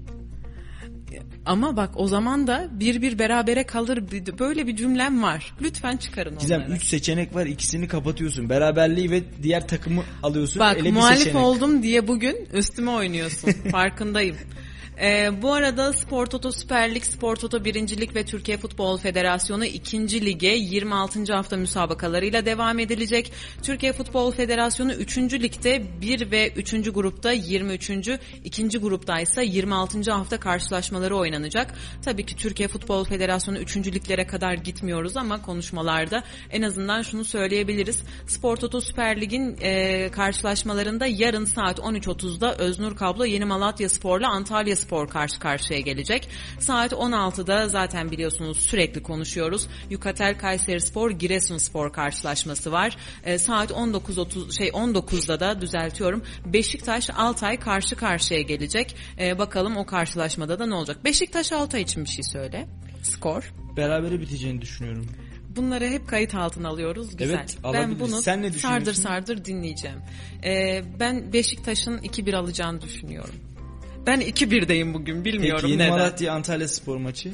Ama bak, o zaman da 1-1 berabere kalır, böyle bir cümlem var. Lütfen çıkarın onları. Gizem 3 seçenek var, ikisini kapatıyorsun. Beraberliği ve diğer takımı alıyorsun. Bak, ele muhalif oldum diye bugün üstüme oynuyorsun. Farkındayım. Bu arada Spor Toto Süper Lig, Spor Toto 1. Lig ve Türkiye Futbol Federasyonu 2. Lige 26. hafta müsabakalarıyla devam edilecek. Türkiye Futbol Federasyonu 3. Lig'de 1 ve 3. grupta 23. 2. grupta ise 26. hafta karşılaşmaları oynanacak. Tabii ki Türkiye Futbol Federasyonu 3. liglere kadar gitmiyoruz ama konuşmalarda en azından şunu söyleyebiliriz. Spor Toto Süper Lig'in karşılaşmalarında yarın saat 13.30'da Öznur Kablo Yeni Malatyaspor'la Antalyaspor karşı karşıya gelecek. Saat 16'da zaten biliyorsunuz sürekli konuşuyoruz. Yukatel Kayserispor Giresunspor karşılaşması var. Saat 19'da da düzeltiyorum. Beşiktaş Altay karşı karşıya gelecek. Bakalım o karşılaşmada da ne olacak? Beşiktaş Altay için bir şey söyle. skor. Berabere biteceğini düşünüyorum. Bunları hep kayıt altına alıyoruz. Güzel. Evet, ben bunu sen ne düşünüyorsun? sardır dinleyeceğim. Ben Beşiktaş'ın 2-1 alacağını düşünüyorum. Ben 2-1'deyim bugün, bilmiyorum peki, neden. Malatya Antalya Spor maçı?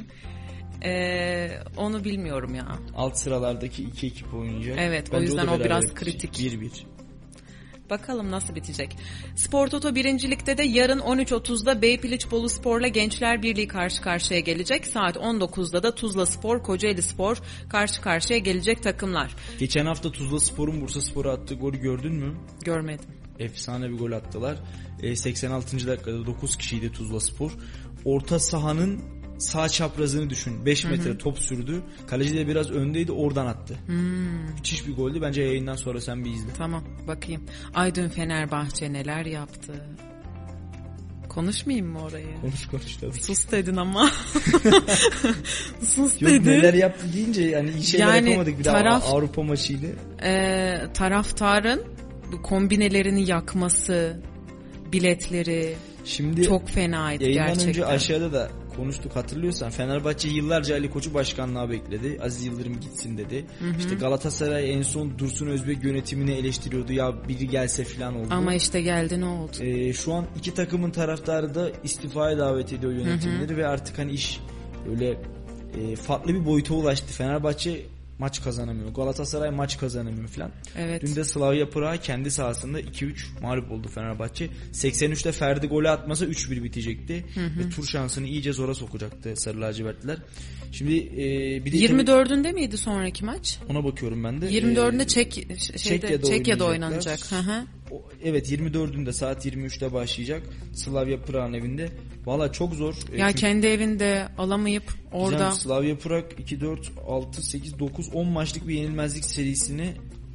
Onu bilmiyorum ya. Alt sıralardaki 2 ekip oynayacak. Evet, bence o yüzden o biraz bitecek. kritik. 1-1. Bakalım nasıl bitecek. Spor Toto 1. Lig'de de yarın 13.30'da Beypiliç Boluspor'la Gençler Birliği karşı karşıya gelecek. Saat 19'da da Tuzla Spor, Kocaeli Spor karşı karşıya gelecek takımlar. Geçen hafta Tuzla Spor'un Bursa Spor'a attığı golü gördün mü? Görmedim. Efsane bir gol attılar. 86. dakikada 9 kişiydi Tuzla Spor. Orta sahanın sağ çaprazını düşün. 5 metre top sürdü. Kaleci de biraz öndeydi, oradan attı. Müthiş bir goldü. Bence yayından sonra sen bir izle. Tamam, bakayım. Ay dün Fenerbahçe neler yaptı. Konuşmayayım mı orayı? Konuş tabii. Sus dedin ama. Sus Yok, dedin. neler yaptı deyince yani iyi şeyler Yani yapamadık. Bir daha Avrupa maçıydı. Taraftarın bu kombinelerini yakması, biletleri Şimdi çok fenaydı yayından gerçekten. önce aşağıda da konuştuk, hatırlıyorsan. Fenerbahçe yıllarca Ali Koç'u başkanlığa bekledi. Aziz Yıldırım gitsin dedi. İşte Galatasaray en son Dursun Özbek yönetimini eleştiriyordu. Ya biri gelse falan oldu. Ama işte geldi, ne oldu? Şu an iki takımın taraftarı da istifaya davet ediyor yönetimleri ve artık hani iş öyle farklı bir boyuta ulaştı. Fenerbahçe maç kazanamıyor. Galatasaray maç kazanamıyor falan. Evet. Dün de Slavia Prag'a kendi sahasında 2-3 mağlup oldu Fenerbahçe. 83'te Ferdi golü atmasa 3-1 bitecekti. Ve tur şansını iyice zora sokacaktı Sarı Lacivertliler. Şimdi bir de 24'ünde miydi sonraki maç? ona bakıyorum ben de. 24'ünde Çekya'da oynanacak. Evet, 24'ünde saat 23'te başlayacak. Slavia Prag'ın evinde. Valla çok zor. Ya kendi evinde alamayıp orada. Slavia Prag 2-4, 6, 8, 9, 10 maçlık bir yenilmezlik serisini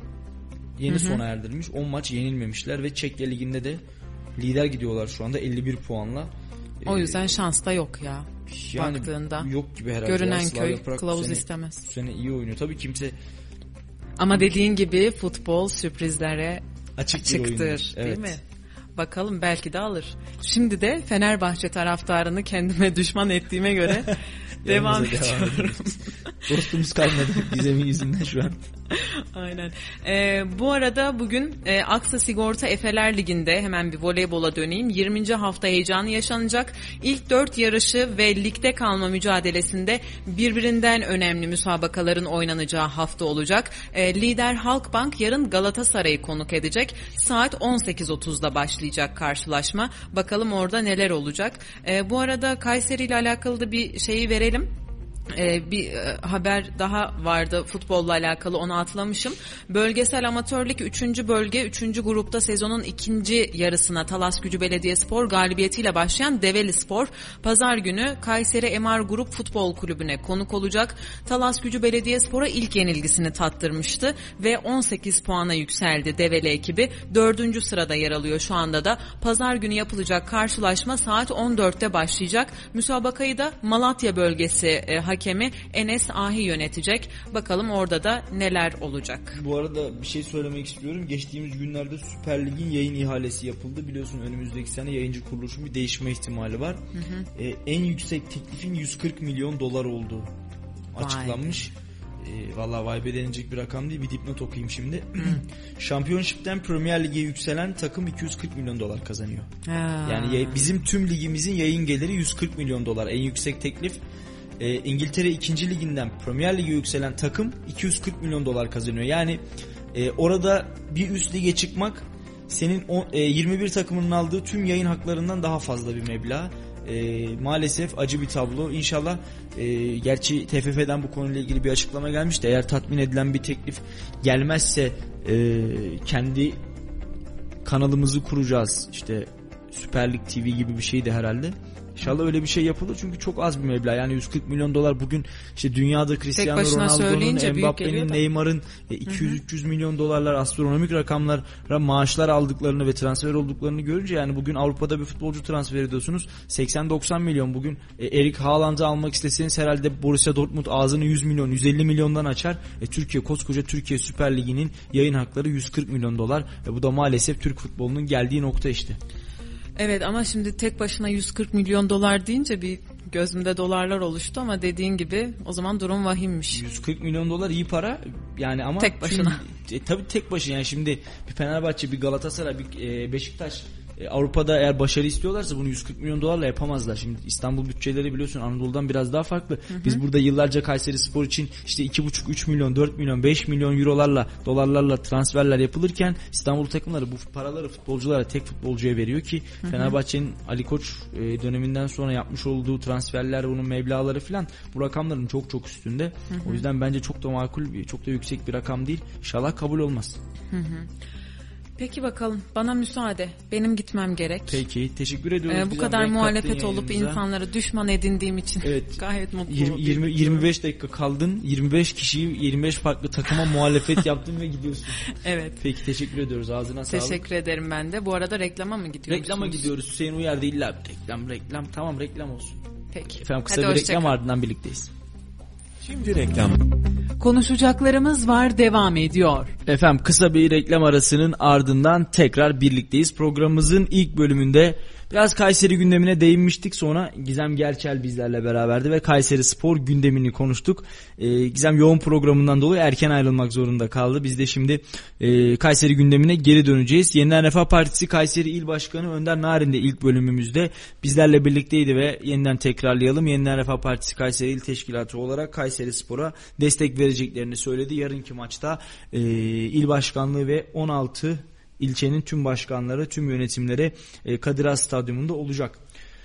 yeni sona erdirmiş. 10 maç yenilmemişler ve Çekya Ligi'nde de lider gidiyorlar şu anda 51 puanla. O yüzden şans da yok ya. Yani baktığında. Yok gibi herhalde. Görünen Slavia köy Prag kılavuz istemez. Bu sene iyi oynuyor. Tabii kimse ama dediğin gibi futbol sürprizlere açıktır, değil evet. Mi? Bakalım, belki de alır. Şimdi de Fenerbahçe taraftarını kendime düşman ettiğime göre devam ediyorum. Dostumuz kalmadı Gizem'in yüzünden şu an. Aynen. Bu arada bugün Aksa Sigorta Efeler Ligi'nde hemen bir voleybola döneyim. 20. hafta heyecanı yaşanacak. İlk 4 yarışı ve ligde kalma mücadelesinde birbirinden önemli müsabakaların oynanacağı hafta olacak. Lider Halkbank yarın Galatasaray'ı konuk edecek. Saat 18.30'da başlayacak karşılaşma. Bakalım orada neler olacak. Bu arada Kayseri ile alakalı da bir şeyi verelim. Bir haber daha vardı futbolla alakalı, onu atlamışım. Bölgesel amatörlük 3. bölge 3. grupta sezonun 2. yarısına Talasgücü Belediyespor galibiyetiyle başlayan Develispor pazar günü Kayseri MR Grup Futbol Kulübü'ne konuk olacak. Talasgücü Belediyespor'a ilk yenilgisini tattırmıştı ve 18 puana yükseldi Develi ekibi. 4. sırada yer alıyor şu anda da. Pazar günü yapılacak karşılaşma saat 14'te başlayacak. Müsabakayı da Malatya bölgesi hakemi Enes Ahi yönetecek. Bakalım orada da neler olacak. Bu arada bir şey söylemek istiyorum. Geçtiğimiz günlerde Süper Lig'in yayın ihalesi yapıldı. Biliyorsun önümüzdeki sene yayıncı kuruluşun bir değişme ihtimali var. En yüksek teklifin 140 milyon dolar olduğu açıklanmış. Vallahi vay be denilecek bir rakam değil. Bir dipnot okuyayım şimdi. Şampiyonşipten Premier Lig'e yükselen takım 240 milyon dolar kazanıyor. Yani bizim tüm ligimizin yayın geliri 140 milyon dolar. En yüksek teklif. İngiltere 2. liginden Premier Lig'e yükselen takım 240 milyon dolar kazanıyor. Yani orada bir üst lige çıkmak senin 21 takımının aldığı tüm yayın haklarından daha fazla bir meblağ. Maalesef acı bir tablo. İnşallah gerçi TFF'den bu konuyla ilgili bir açıklama gelmişti. Eğer tatmin edilen bir teklif gelmezse kendi kanalımızı kuracağız. İşte Süper Lig TV gibi bir şeydi herhalde. İnşallah öyle bir şey yapılır çünkü çok az bir meblağ. Yani 140 milyon dolar bugün işte dünyada Cristiano Ronaldo'nun, Mbappe'nin, Neymar'ın 200-300 milyon dolarlar astronomik rakamlara maaşlar aldıklarını ve transfer olduklarını görünce yani bugün Avrupa'da bir futbolcu transfer ediyorsunuz 80-90 milyon. Bugün Erik Haaland'ı almak isteseniz herhalde Borussia Dortmund ağzını 100 milyon 150 milyondan açar. Türkiye koskoca Türkiye Süper Ligi'nin yayın hakları 140 milyon dolar. Bu da maalesef Türk futbolunun geldiği nokta işte. Evet ama şimdi tek başına 140 milyon dolar deyince bir gözümde dolarlar oluştu ama dediğin gibi o zaman durum vahimmiş. 140 milyon dolar iyi para yani ama tek başına. Tabii tek başına yani şimdi bir Fenerbahçe, bir Galatasaray, bir Beşiktaş Avrupa'da eğer başarı istiyorlarsa bunu 140 milyon dolarla yapamazlar. Şimdi İstanbul bütçeleri biliyorsun Anadolu'dan biraz daha farklı. Biz burada yıllarca Kayserispor için işte 2,5-3 milyon, 4 milyon, 5 milyon eurolarla, dolarlarla transferler yapılırken İstanbul takımları bu paraları futbolculara, tek futbolcuya veriyor ki Fenerbahçe'nin Ali Koç döneminden sonra yapmış olduğu transferler, bunun meblağları falan bu rakamların çok çok üstünde. O yüzden bence çok da makul, çok da yüksek bir rakam değil. İnşallah kabul olmaz. Peki bakalım, bana müsaade. Benim gitmem gerek. Peki, teşekkür ediyoruz. Bu kadar muhalefet olup insanları düşman edindiğim için gayet mutluyum. 25 dakika kaldın. 25 kişiyi 25 farklı takıma muhalefet yaptın ve gidiyorsun. Evet. Peki, teşekkür ediyoruz. Ağzına sağlık. Teşekkür ederim ben de. Bu arada reklama mı gidiyoruz? Reklama gidiyoruz. Hüseyin uyar değil. Reklam. Tamam, reklam olsun. Peki. Efendim kısa bir reklam ardından birlikteyiz. Şimdi reklam. Konuşacaklarımız var, devam ediyor. Efendim kısa bir reklam arasının ardından tekrar birlikteyiz. Programımızın ilk bölümünde biraz Kayseri gündemine değinmiştik. Sonra Gizem Gerçel bizlerle beraberdi ve Kayserispor gündemini konuştuk. Gizem yoğun programından dolayı erken ayrılmak zorunda kaldı. Biz de şimdi Kayseri gündemine geri döneceğiz. Yeniden Refah Partisi Kayseri İl Başkanı Önder Narin de ilk bölümümüzde bizlerle birlikteydi ve yeniden tekrarlayalım. Yeniden Refah Partisi Kayseri İl Teşkilatı olarak Kayserispor'a destek vereceklerini söyledi. Yarınki maçta il başkanlığı ve 16 ilçenin tüm başkanları, tüm yönetimleri Kadir Has Stadyumunda olacak.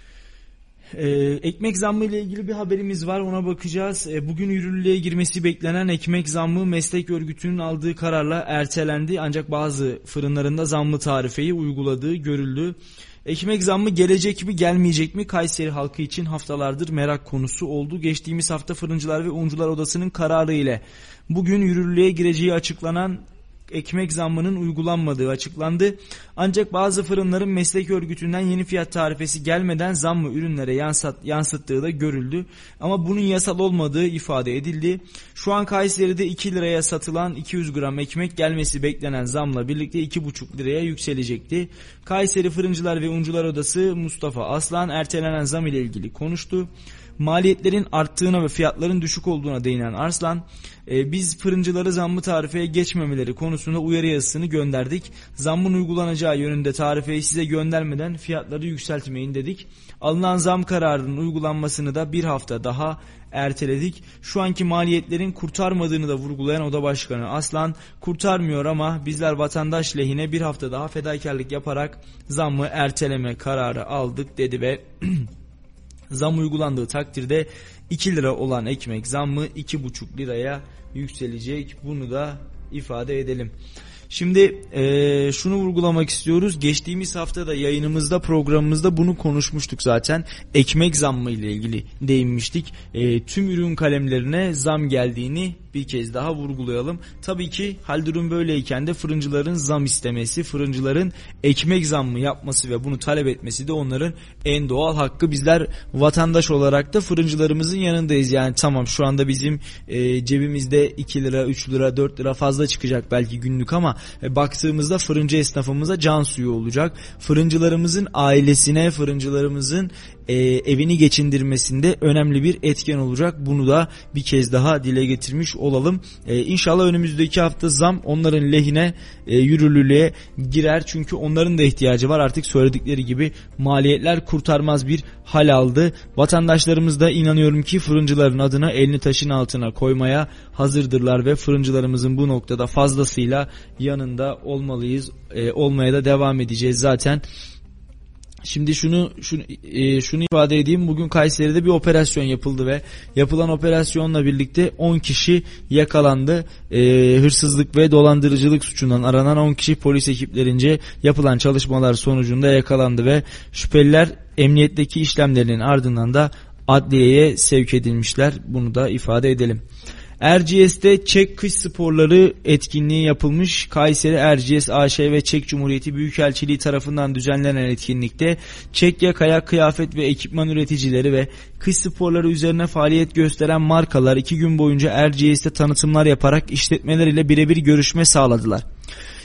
Ekmek zammı ile ilgili bir haberimiz var, ona bakacağız. Bugün yürürlüğe girmesi beklenen ekmek zammı meslek örgütünün aldığı kararla ertelendi. Ancak bazı fırınlarında zammlı tarifeyi uyguladığı görüldü. Ekmek zammı gelecek mi gelmeyecek mi Kayseri halkı için haftalardır merak konusu oldu. Geçtiğimiz hafta Fırıncılar ve Uncular Odası'nın kararı ile bugün yürürlüğe gireceği açıklanan ekmek zammının uygulanmadığı açıklandı. Ancak bazı fırınların meslek örgütünden yeni fiyat tarifesi gelmeden zammı ürünlere yansıttığı da görüldü. Ama bunun yasal olmadığı ifade edildi. Şu an Kayseri'de 2 liraya satılan 200 gram ekmek gelmesi beklenen zamla birlikte 2,5 liraya yükselecekti. Kayseri Fırıncılar ve Uncular Odası Mustafa Aslan ertelenen zam ile ilgili konuştu. Maliyetlerin arttığına ve fiyatların düşük olduğuna değinen Arslan, biz fırıncıları zammı tarifeye geçmemeleri konusunda uyarı yazısını gönderdik. Zammın uygulanacağı yönünde tarifeyi size göndermeden fiyatları yükseltmeyin dedik. Alınan zam kararının uygulanmasını da bir hafta daha erteledik. Şu anki maliyetlerin kurtarmadığını da vurgulayan Oda Başkanı Aslan, kurtarmıyor ama bizler vatandaş lehine bir hafta daha fedakarlık yaparak zammı erteleme kararı aldık dedi ve zam uygulandığı takdirde 2 lira olan ekmek zammı 2,5 liraya yükselecek. Bunu da ifade edelim. Şimdi şunu vurgulamak istiyoruz. Geçtiğimiz hafta da yayınımızda, programımızda bunu konuşmuştuk zaten. Ekmek zammı ile ilgili değinmiştik. Tüm ürün kalemlerine zam geldiğini bir kez daha vurgulayalım. Tabii ki hal durum böyleyken de fırıncıların zam istemesi, fırıncıların ekmek zammı yapması ve bunu talep etmesi de onların en doğal hakkı. Bizler vatandaş olarak da fırıncılarımızın yanındayız. Yani tamam, şu anda bizim cebimizde 2 lira, 3 lira, 4 lira fazla çıkacak belki günlük ama baktığımızda fırıncı esnafımıza can suyu olacak. Fırıncılarımızın ailesine, fırıncılarımızın evini geçindirmesinde önemli bir etken olacak. Bunu da bir kez daha dile getirmiş olalım. İnşallah önümüzdeki hafta zam onların lehine yürürlüğe girer. Çünkü onların da ihtiyacı var. Artık söyledikleri gibi maliyetler kurtarmaz bir hal aldı. Vatandaşlarımız da inanıyorum ki fırıncıların adına elini taşın altına koymaya hazırdırlar ve fırıncılarımızın bu noktada fazlasıyla yanında olmalıyız. Olmaya da devam edeceğiz zaten. Şimdi şunu ifade edeyim. Bugün Kayseri'de bir operasyon yapıldı ve yapılan operasyonla birlikte 10 kişi yakalandı. Hırsızlık ve dolandırıcılık suçundan aranan 10 kişi polis ekiplerince yapılan çalışmalar sonucunda yakalandı ve şüpheliler emniyetteki işlemlerinin ardından da adliyeye sevk edilmişler. Bunu da ifade edelim. Erciyes'te Çek Kış Sporları etkinliği yapılmış. Kayseri Erciyes AŞ ve Çek Cumhuriyeti Büyükelçiliği tarafından düzenlenen etkinlikte Çekya kayak, kıyafet ve ekipman üreticileri ve kış sporları üzerine faaliyet gösteren markalar 2 gün boyunca Erciyes'te tanıtımlar yaparak işletmeler ile birebir görüşme sağladılar.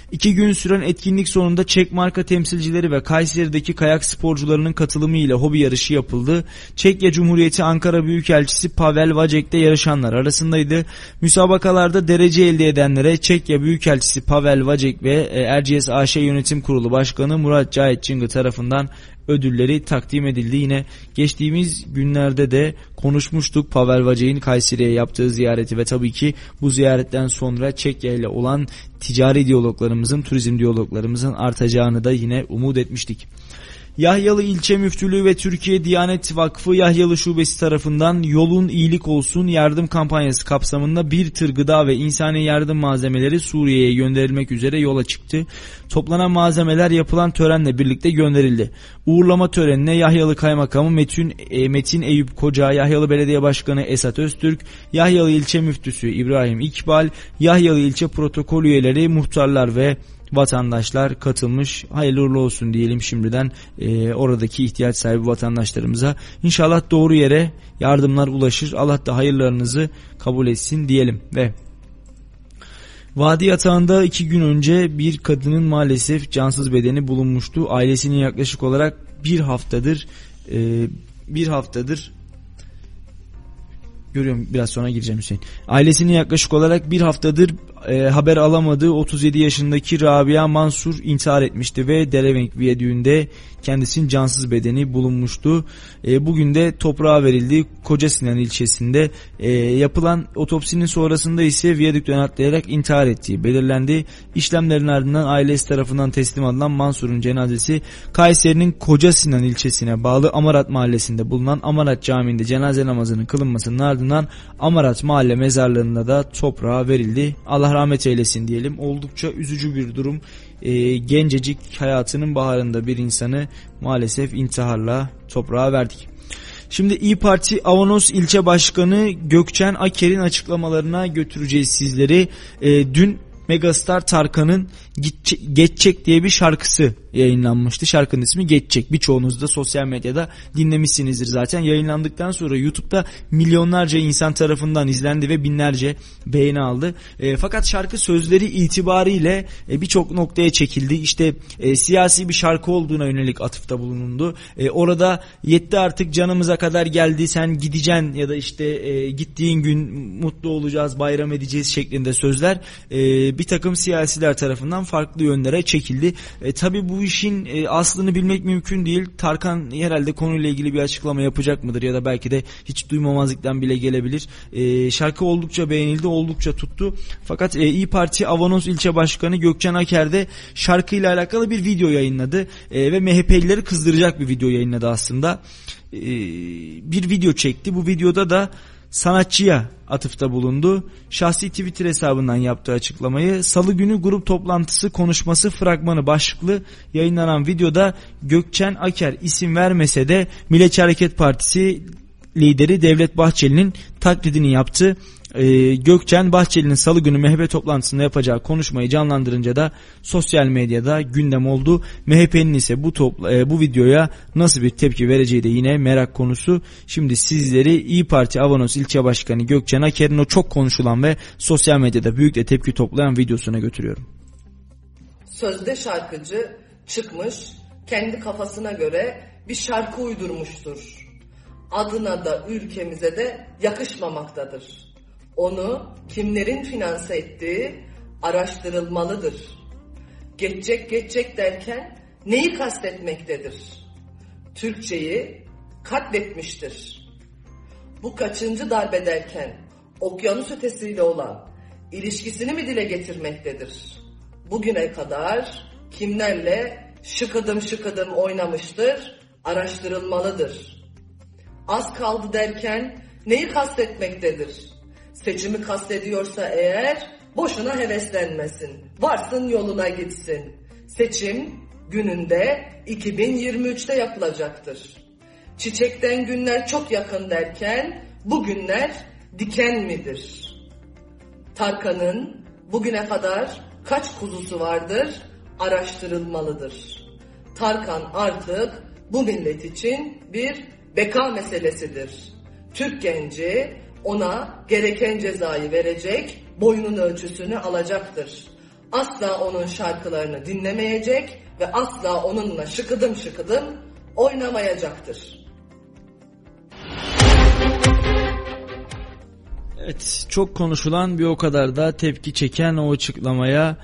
2 gün süren etkinlik sonunda Çek marka temsilcileri ve Kayseri'deki kayak sporcularının katılımı ile hobi yarışı yapıldı. Çekya Cumhuriyeti Ankara Büyükelçisi Pavel Vacek de yarışanlar arasındaydı. Müsabakalarda derece elde edenlere Çekya Büyükelçisi Pavel Vacek ve Erciyes AŞ Yönetim Kurulu Başkanı Murat Cahit Cıngı tarafından ödülleri takdim edildi. Yine geçtiğimiz günlerde de konuşmuştuk Pavel Vacek'in Kayseri'ye yaptığı ziyareti ve tabii ki bu ziyaretten sonra Çekya ile olan ticari diyaloglarımızın, turizm diyaloglarımızın artacağını da yine umut etmiştik. Yahyalı İlçe Müftülüğü ve Türkiye Diyanet Vakfı Yahyalı Şubesi tarafından Yolun İyilik Olsun yardım kampanyası kapsamında bir tır gıda ve insani yardım malzemeleri Suriye'ye gönderilmek üzere yola çıktı. Toplanan malzemeler yapılan törenle birlikte gönderildi. Uğurlama törenine Yahyalı Kaymakamı Metin Eyüp Koca, Yahyalı Belediye Başkanı Esat Öztürk, Yahyalı İlçe Müftüsü İbrahim İkbal, Yahyalı İlçe Protokol üyeleri, muhtarlar ve vatandaşlar katılmış. Hayırlı uğurlu olsun diyelim şimdiden oradaki ihtiyaç sahibi vatandaşlarımıza. İnşallah doğru yere yardımlar ulaşır. Allah da hayırlarınızı kabul etsin diyelim. Ve Vadi Yatağı'nda 2 gün önce bir kadının maalesef cansız bedeni bulunmuştu. Ailesinin yaklaşık olarak bir haftadır görüyorum, biraz sonra gireceğim Hüseyin. Ailesinin yaklaşık olarak bir haftadır haber alamadığı 37 yaşındaki Rabia Mansur intihar etmişti ve Derevenk Viyadüğü'nde kendisinin cansız bedeni bulunmuştu. Bugün de toprağa verildi. Kocasinan ilçesinde yapılan otopsinin sonrasında ise viyadükten atlayarak intihar ettiği belirlendi. İşlemlerin ardından ailesi tarafından teslim alınan Mansur'un cenazesi Kayseri'nin Kocasinan ilçesine bağlı Amarat mahallesinde bulunan Amarat Camii'nde cenaze namazının kılınmasının ardından Amarat mahalle mezarlığında da toprağa verildi. Allah rahmet eylesin diyelim. Oldukça üzücü bir durum. Gencecik hayatının baharında bir insanı maalesef intiharla toprağa verdik. Şimdi İYİ Parti Avanos İlçe Başkanı Gökçen Aker'in açıklamalarına götüreceğiz sizleri. Dün megastar Tarkan'ın Geçecek diye bir şarkısı yayınlanmıştı. Şarkının ismi Geçecek. Birçoğunuz da sosyal medyada dinlemişsinizdir zaten. Yayınlandıktan sonra YouTube'da milyonlarca insan tarafından izlendi ve binlerce beğeni aldı. Fakat şarkı sözleri itibariyle birçok noktaya çekildi. İşte siyasi bir şarkı olduğuna yönelik atıfta bulunuldu. Orada yetti artık canımıza kadar geldi, sen gideceksin ya da işte gittiğin gün mutlu olacağız, bayram edeceğiz şeklinde sözler bir takım siyasiler tarafından farklı yönlere çekildi. Tabii bu işin aslını bilmek mümkün değil. Tarkan herhalde konuyla ilgili bir açıklama yapacak mıdır ya da belki de hiç duymamazlıktan bile gelebilir. Şarkı oldukça beğenildi, oldukça tuttu. Fakat İYİ Parti Avanos İlçe Başkanı Gökçen Aker de şarkıyla alakalı bir video yayınladı ve MHP'lileri kızdıracak bir video yayınladı aslında. Bir video çekti. Bu videoda da sanatçıya atıfta bulundu. Şahsi Twitter hesabından yaptığı açıklamayı Salı günü grup toplantısı konuşması fragmanı başlıklı yayınlanan videoda Gökçen Aker isim vermese de Milliyetçi Hareket Partisi lideri Devlet Bahçeli'nin taklidini yaptı. Gökçen Bahçeli'nin Salı günü MHP toplantısında yapacağı konuşmayı canlandırınca da sosyal medyada gündem oldu. MHP'nin ise bu videoya nasıl bir tepki vereceği de yine merak konusu. Şimdi sizleri İYİ Parti Avanos İlçe Başkanı Gökçen Aker'in o çok konuşulan ve sosyal medyada büyük de tepki toplayan videosuna götürüyorum. Sözde şarkıcı çıkmış, kendi kafasına göre bir şarkı uydurmuştur. Adına da ülkemize de yakışmamaktadır. Onu kimlerin finanse ettiği araştırılmalıdır. Geçecek derken neyi kastetmektedir? Türkçeyi katletmiştir. Bu kaçıncı darbe derken okyanus ötesiyle olan ilişkisini mi dile getirmektedir? Bugüne kadar kimlerle şıkıdım oynamıştır? Araştırılmalıdır. Az kaldı derken neyi kastetmektedir? Seçimi kastediyorsa eğer boşuna heveslenmesin. Varsın yoluna gitsin. Seçim gününde 2023'te yapılacaktır. Çiçekten günler çok yakın derken bu günler diken midir? Tarkan'ın bugüne kadar kaç kuzusu vardır? Araştırılmalıdır. Tarkan artık bu millet için bir beka meselesidir. Türk genci ona gereken cezayı verecek, boyunun ölçüsünü alacaktır. asla onun şarkılarını dinlemeyecek ve asla onunla şıkıdım şıkıdım oynamayacaktır. Evet, çok konuşulan bir o kadar da tepki çeken o açıklamaya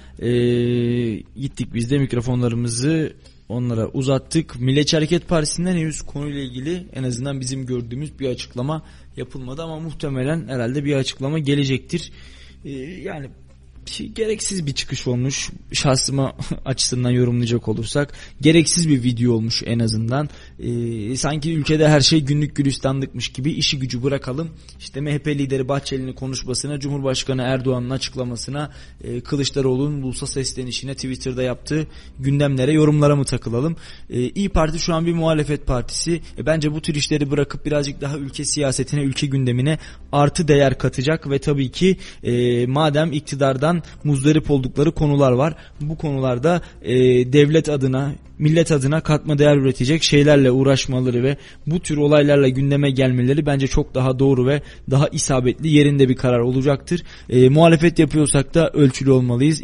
gittik biz de mikrofonlarımızı onlara uzattık. Milliyetçi Hareket Partisi'nden henüz konuyla ilgili en azından bizim gördüğümüz bir açıklama yapılmadı ama muhtemelen herhalde bir açıklama gelecektir. Yani gereksiz bir çıkış olmuş, şahsıma açısından yorumlayacak olursak gereksiz bir video olmuş en azından. Sanki ülkede her şey günlük gülistanlıkmış gibi, işi gücü bırakalım. İşte MHP lideri Bahçeli'nin konuşmasına, Cumhurbaşkanı Erdoğan'ın açıklamasına, Kılıçdaroğlu'nun ulusa seslenişine, Twitter'da yaptığı gündemlere, yorumlara mı takılalım? İYİ Parti şu an bir muhalefet partisi. Bence bu tür işleri bırakıp birazcık daha ülke siyasetine, ülke gündemine artı değer katacak ve tabii ki madem iktidardan muzdarip oldukları konular var, bu konularda devlet adına, millet adına katma değer üretecek şeylerle uğraşmaları ve bu tür olaylarla gündeme gelmeleri bence çok daha doğru ve daha isabetli, yerinde bir karar olacaktır. Muhalefet yapıyorsak da ölçülü olmalıyız.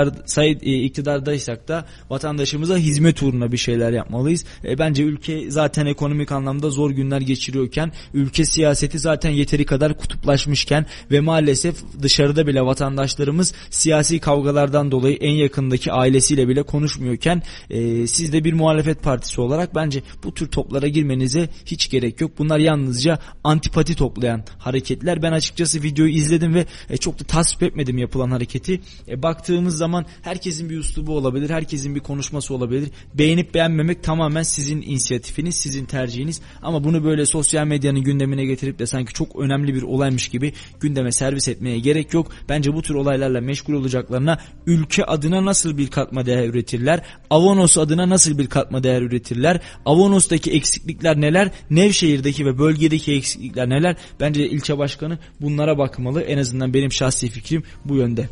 İktidardaysak da vatandaşımıza hizmet uğruna bir şeyler yapmalıyız. Bence ülke zaten ekonomik anlamda zor günler geçiriyorken, ülke siyaseti zaten yeteri kadar kutuplaşmışken ve maalesef dışarıda bile vatandaşlarımız siyasi kavgalardan dolayı en yakındaki ailesiyle bile konuşmuyorken siz de bir muhalefet partisi olarak bence bu tür toplara girmenize hiç gerek yok. Bunlar yalnızca antipati toplayan hareketler. Ben açıkçası videoyu izledim ve çok da tasvip etmedim yapılan hareketi. Baktığımız zaman herkesin bir üslubu olabilir, herkesin bir konuşması olabilir. Beğenip beğenmemek tamamen sizin inisiyatifiniz, sizin tercihiniz. Ama bunu böyle sosyal medyanın gündemine getirip de sanki çok önemli bir olaymış gibi gündeme servis etmeye gerek yok. Bence bu tür olaylarla meşgul olacaklarına ülke adına nasıl bir katma değer üretirler, Avanos adına nasıl bir katma değer üretirler, Avanos'taki eksiklikler neler, Nevşehir'deki ve bölgedeki eksiklikler neler, bence ilçe başkanı bunlara bakmalı. En azından benim şahsi fikrim bu yönde.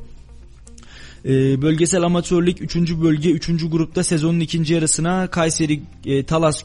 Bölgesel amatörlük 3. bölge 3. grupta sezonun ikinci yarısına Kayseri Talas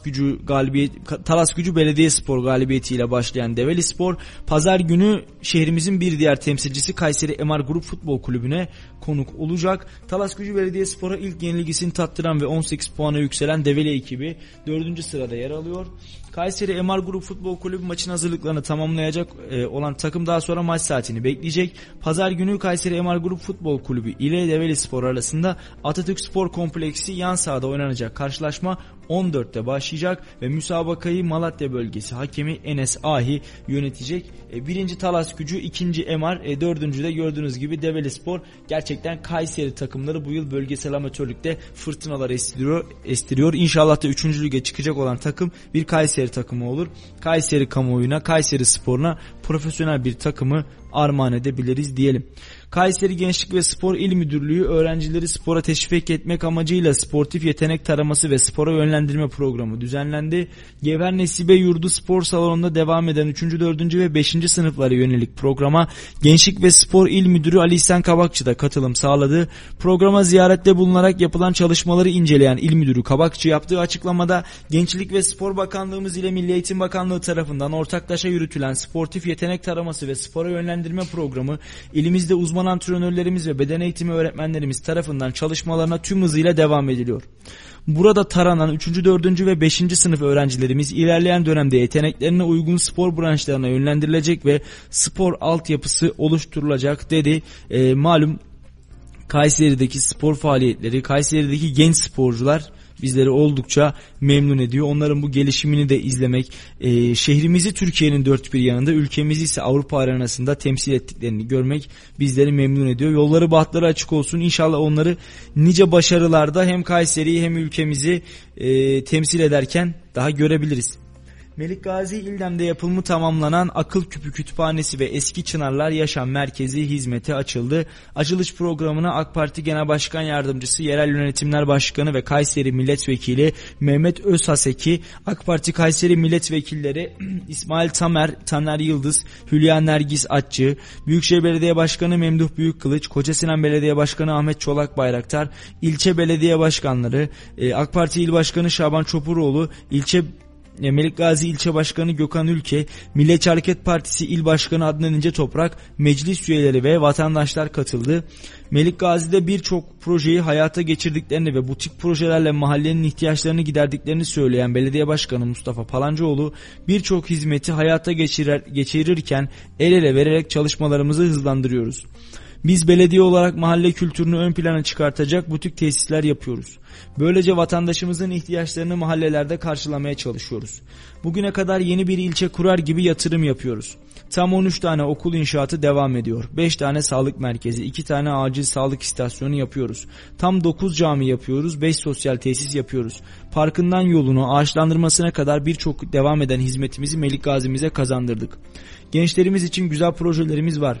Gücü Belediyespor galibiyetiyle başlayan Develispor pazar günü şehrimizin bir diğer temsilcisi Kayseri MR Grup Futbol Kulübü'ne konuk olacak. Talas Gücü Belediyespor'a ilk yenilgisini tattıran ve 18 puana yükselen Develi ekibi 4. sırada yer alıyor. Kayseri MR Grup Futbol Kulübü maçın hazırlıklarını tamamlayacak olan takım daha sonra maç saatini bekleyecek. Pazar günü Kayseri MR Grup Futbol Kulübü ile Develispor arasında Atatürk Spor Kompleksi yan sahada oynanacak karşılaşma 14'te başlayacak ve müsabakayı Malatya bölgesi hakemi Enes Ahi yönetecek. 1. Talas Gücü, 2. MR, 4. de gördüğünüz gibi Develispor. Gerçekten Kayseri takımları bu yıl bölgesel amatörlükte fırtınalar estiriyor. İnşallah da 3. lige çıkacak olan takım bir Kayseri takımı olur. Kayseri kamuoyuna, Kayseri sporuna profesyonel bir takımı armağan edebiliriz diyelim. Kayseri Gençlik ve Spor İl Müdürlüğü öğrencileri spora teşvik etmek amacıyla sportif yetenek taraması ve spora yönlendirme programı düzenlendi. Gevher Nesibe Yurdu Spor Salonu'nda devam eden 3. 4. ve 5. sınıflara yönelik programa Gençlik ve Spor İl Müdürü Ali İhsan Kabakçı da katılım sağladı. Programa ziyarette bulunarak yapılan çalışmaları inceleyen İl Müdürü Kabakçı yaptığı açıklamada Gençlik ve Spor Bakanlığımız ile Milli Eğitim Bakanlığı tarafından ortaklaşa yürütülen sportif yetenek taraması ve spora yönlendirme programı ilimizde uzman antrenörlerimiz ve beden eğitimi öğretmenlerimiz tarafından çalışmalarına tüm hızıyla devam ediliyor. Burada taranan 3. 4. ve 5. sınıf öğrencilerimiz ilerleyen dönemde yeteneklerine uygun spor branşlarına yönlendirilecek ve spor altyapısı oluşturulacak dedi. Malum Kayseri'deki spor faaliyetleri, Kayseri'deki genç sporcular bizleri oldukça memnun ediyor. Onların bu gelişimini de izlemek, şehrimizi Türkiye'nin dört bir yanında, ülkemizi ise Avrupa arenasında temsil ettiklerini görmek bizleri memnun ediyor. Yolları bahtları açık olsun. İnşallah onları nice başarılarda hem Kayseri'yi hem ülkemizi temsil ederken daha görebiliriz. Melikgazi İldem'de yapımı tamamlanan Akıl Küpü Kütüphanesi ve Eski Çınarlar Yaşam Merkezi hizmete açıldı. Açılış programına AK Parti Genel Başkan Yardımcısı, Yerel Yönetimler Başkanı ve Kayseri Milletvekili Mehmet Özhaseki, AK Parti Kayseri Milletvekilleri İsmail Taner Yıldız, Hülya Nergis Atçı, Büyükşehir Belediye Başkanı Memduh Büyükkılıç, Kocasinan Belediye Başkanı Ahmet Çolak İlçe Belediye Başkanları, AK Parti İl Başkanı Şaban Çopuroğlu, İlçe Melikgazi İlçe Başkanı Gökhan Ülke, Milliyetçi Hareket Partisi İl Başkanı Adnan İnce Toprak, meclis üyeleri ve vatandaşlar katıldı. Melikgazi'de birçok projeyi hayata geçirdiklerini ve bu tip projelerle mahallenin ihtiyaçlarını giderdiklerini söyleyen Belediye Başkanı Mustafa Palancıoğlu, birçok hizmeti hayata geçirirken el ele vererek çalışmalarımızı hızlandırıyoruz. Biz belediye olarak mahalle kültürünü ön plana çıkartacak bu tip tesisler yapıyoruz. Böylece vatandaşımızın ihtiyaçlarını mahallelerde karşılamaya çalışıyoruz. Bugüne kadar yeni bir ilçe kurar gibi yatırım yapıyoruz. Tam 13 tane okul inşaatı devam ediyor. 5 tane sağlık merkezi, 2 tane acil sağlık istasyonu yapıyoruz. Tam 9 cami yapıyoruz, 5 sosyal tesis yapıyoruz. Parkından yolunu, ağaçlandırmasına kadar birçok devam eden hizmetimizi Melikgazi'mize kazandırdık. Gençlerimiz için güzel projelerimiz var.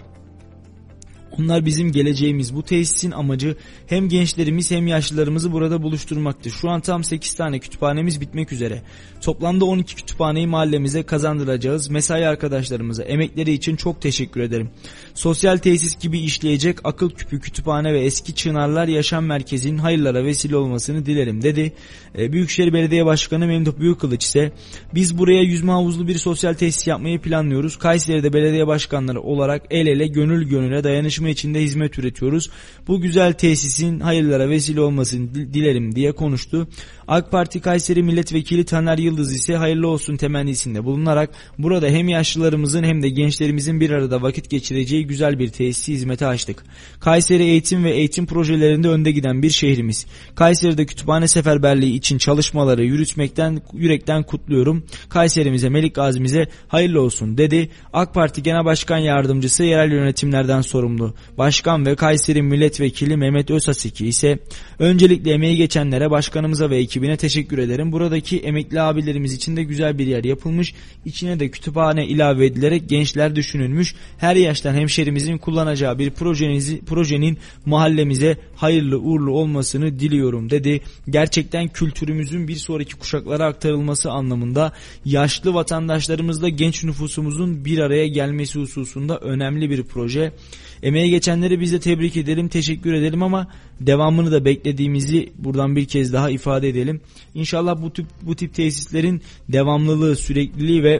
Onlar bizim geleceğimiz. Bu tesisin amacı hem gençlerimiz hem yaşlılarımızı burada buluşturmaktır. Şu an tam 8 tane kütüphanemiz bitmek üzere. Toplamda 12 kütüphaneyi mahallemize kazandıracağız. Mesai arkadaşlarımıza emekleri için çok teşekkür ederim. Sosyal tesis gibi işleyecek akıl küpü kütüphane ve eski Çınarlar Yaşam Merkezi'nin hayırlara vesile olmasını dilerim dedi. Büyükşehir Belediye Başkanı Memduh Büyükkılıç ise biz buraya yüzme havuzlu bir sosyal tesis yapmayı planlıyoruz. Kayseri'de belediye başkanları olarak el ele gönül gönüle dayanışma içinde hizmet üretiyoruz. Bu güzel tesisin hayırlara vesile olmasını dilerim diye konuştu. AK Parti Kayseri Milletvekili Taner Yıldız ise hayırlı olsun temennisinde bulunarak burada hem yaşlılarımızın hem de gençlerimizin bir arada vakit geçireceği güzel bir tesisi hizmete açtık. Kayseri eğitim ve eğitim projelerinde önde giden bir şehrimiz. Kayseri'de kütüphane seferberliği için çalışmaları yürütmekten yürekten kutluyorum. Kayserimize, Melikgazi'mize hayırlı olsun dedi. AK Parti Genel Başkan Yardımcısı yerel yönetimlerden sorumlu Başkan ve Kayseri Milletvekili Mehmet Özhaseki ise öncelikle emeği geçenlere, başkanımıza ve ekibine teşekkür ederim. Buradaki emekli abilerimiz için de güzel bir yer yapılmış. İçine de kütüphane ilave edilerek gençler düşünülmüş. Her yaştan hemşerimizin kullanacağı bir projenin mahallemize hayırlı uğurlu olmasını diliyorum dedi. Gerçekten kültürümüzün bir sonraki kuşaklara aktarılması anlamında yaşlı vatandaşlarımızla genç nüfusumuzun bir araya gelmesi hususunda önemli bir proje. Emeği geçenleri biz de tebrik edelim, teşekkür edelim ama devamını da beklediğimizi buradan bir kez daha ifade edelim. İnşallah bu tip tesislerin devamlılığı, sürekliliği ve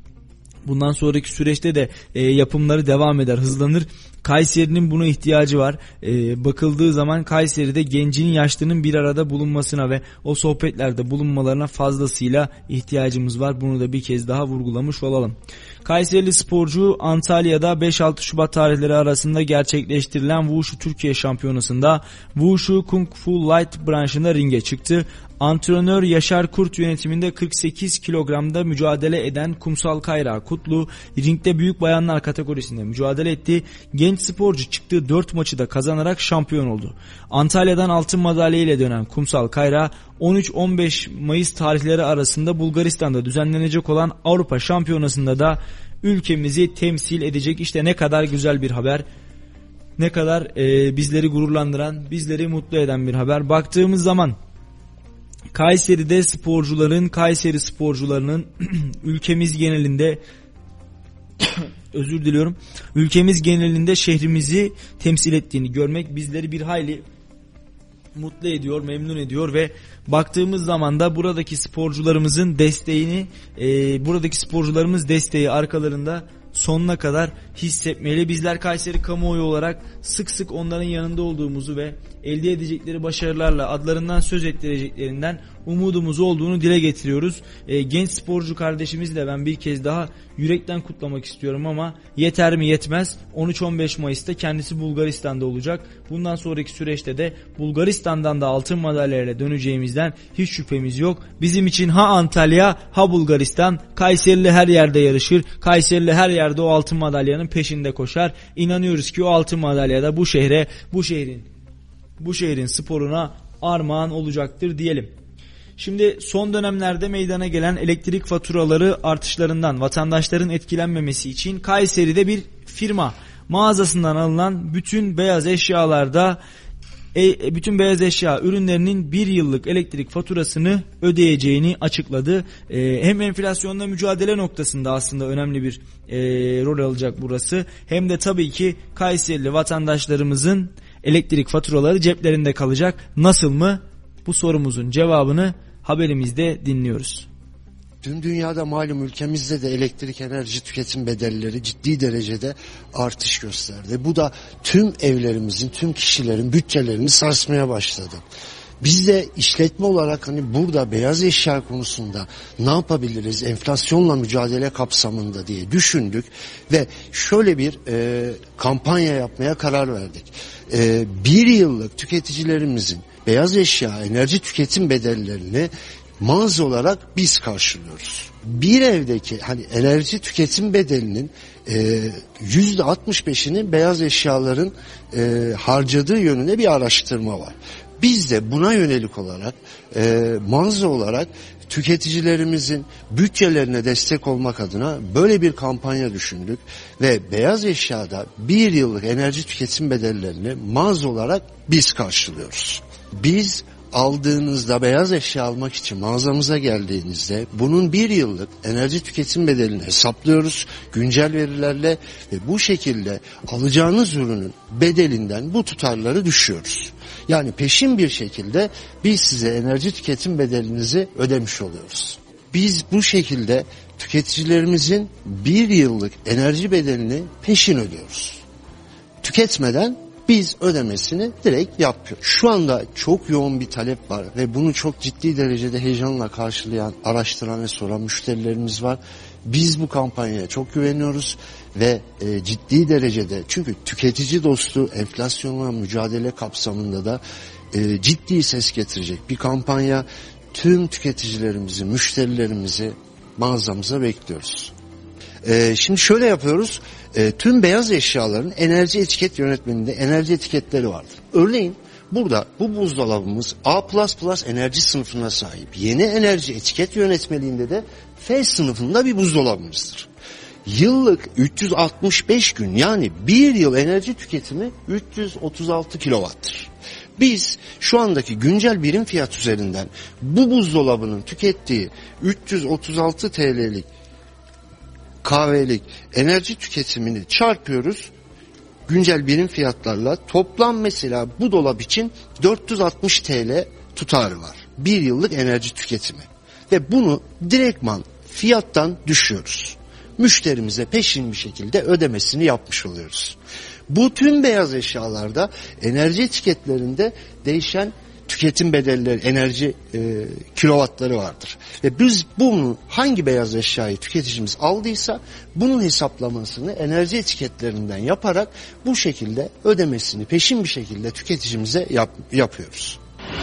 bundan sonraki süreçte de yapımları devam eder, hızlanır. Kayseri'nin buna ihtiyacı var. Bakıldığı zaman Kayseri'de gencin, yaşlının bir arada bulunmasına ve o sohbetlerde bulunmalarına fazlasıyla ihtiyacımız var. Bunu da bir kez daha vurgulamış olalım. Kayserili sporcu Antalya'da 5-6 Şubat tarihleri arasında gerçekleştirilen Wushu Türkiye Şampiyonası'nda Wushu Kung Fu Light branşında ringe çıktı. Antrenör Yaşar Kurt yönetiminde 48 kilogramda mücadele eden Kumsal Kayra Kutlu ringde büyük bayanlar kategorisinde mücadele etti. Genç sporcu çıktığı 4 maçı da kazanarak şampiyon oldu. Antalya'dan altın madalya ile dönen Kumsal Kayra 13-15 Mayıs tarihleri arasında Bulgaristan'da düzenlenecek olan Avrupa Şampiyonası'nda da ülkemizi temsil edecek. İşte ne kadar güzel bir haber. Ne kadar bizleri gururlandıran, bizleri mutlu eden bir haber. Baktığımız zaman Kayseri'de Kayseri sporcularının ülkemiz genelinde ülkemiz genelinde şehrimizi temsil ettiğini görmek bizleri bir hayli mutlu ediyor, memnun ediyor ve baktığımız zaman da buradaki sporcularımızın desteği arkalarında sonuna kadar hissetmeli. Bizler Kayseri kamuoyu olarak sık sık onların yanında olduğumuzu ve elde edecekleri başarılarla adlarından söz ettireceklerinden umudumuz olduğunu dile getiriyoruz. Genç sporcu kardeşimizle ben bir kez daha yürekten kutlamak istiyorum ama yeter mi yetmez. 13-15 Mayıs'ta kendisi Bulgaristan'da olacak. Bundan sonraki süreçte de Bulgaristan'dan da altın madalyayla döneceğimizden hiç şüphemiz yok. Bizim için ha Antalya ha Bulgaristan, Kayserili her yerde yarışır. Kayserili her yerde o altın madalyanın peşinde koşar. İnanıyoruz ki o altın madalya da bu şehrin sporuna armağan olacaktır diyelim. Şimdi son dönemlerde meydana gelen elektrik faturaları artışlarından vatandaşların etkilenmemesi için Kayseri'de bir firma mağazasından alınan bütün beyaz eşya ürünlerinin bir yıllık elektrik faturasını ödeyeceğini açıkladı. Hem enflasyonla mücadele noktasında aslında önemli bir rol alacak burası. Hem de tabii ki Kayserili vatandaşlarımızın elektrik faturaları ceplerinde kalacak. Nasıl mı? Bu sorumuzun cevabını haberimizde dinliyoruz. Tüm dünyada malum ülkemizde de elektrik enerji tüketim bedelleri ciddi derecede artış gösterdi. Bu da tüm evlerimizin, tüm kişilerin bütçelerini sarsmaya başladı. Biz de işletme olarak hani burada beyaz eşya konusunda ne yapabiliriz enflasyonla mücadele kapsamında diye düşündük ve şöyle bir kampanya yapmaya karar verdik. Bir yıllık tüketicilerimizin beyaz eşya enerji tüketim bedellerini mağaza olarak biz karşılıyoruz. Bir evdeki hani enerji tüketim bedelinin %65'ini beyaz eşyaların harcadığı yönünde bir araştırma var. Biz de buna yönelik olarak mağaza olarak tüketicilerimizin bütçelerine destek olmak adına böyle bir kampanya düşündük ve beyaz eşyada bir yıllık enerji tüketim bedellerini mağaza olarak biz karşılıyoruz. Biz aldığınızda beyaz eşya almak için mağazamıza geldiğinizde bunun bir yıllık enerji tüketim bedelini hesaplıyoruz güncel verilerle ve bu şekilde alacağınız ürünün bedelinden bu tutarları düşüyoruz. Yani peşin bir şekilde biz size enerji tüketim bedelinizi ödemiş oluyoruz. Biz bu şekilde tüketicilerimizin bir yıllık enerji bedelini peşin ödüyoruz. Tüketmeden biz ödemesini direkt yapıyoruz. Şu anda çok yoğun bir talep var ve bunu çok ciddi derecede heyecanla karşılayan, araştıran ve soran müşterilerimiz var. Biz bu kampanyaya çok güveniyoruz ve ciddi derecede çünkü tüketici dostu enflasyonla mücadele kapsamında da ciddi ses getirecek bir kampanya. Tüm tüketicilerimizi, müşterilerimizi mağazamıza bekliyoruz. Şimdi şöyle yapıyoruz. Tüm beyaz eşyaların enerji etiket yönetmeninde enerji etiketleri vardır. Örneğin burada bu buzdolabımız A++ enerji sınıfına sahip. Yeni enerji etiket yönetmeliğinde de F sınıfında bir buzdolabımızdır. Yıllık 365 gün yani bir yıl enerji tüketimi 336 kW'tır. Biz şu andaki güncel birim fiyat üzerinden bu buzdolabının tükettiği 336 TL'lik kahvelik enerji tüketimini çarpıyoruz güncel birim fiyatlarla. Toplam mesela bu dolap için 460 TL tutarı var. Bir yıllık enerji tüketimi. Ve bunu direktman fiyattan düşüyoruz. Müşterimize peşin bir şekilde ödemesini yapmış oluyoruz. Bu tüm beyaz eşyalarda enerji etiketlerinde değişen tüketim bedelleri, enerji kilovatları vardır. Ve biz bunu hangi beyaz eşyayı tüketicimiz aldıysa bunun hesaplamasını enerji etiketlerinden yaparak bu şekilde ödemesini peşin bir şekilde tüketicimize yapıyoruz.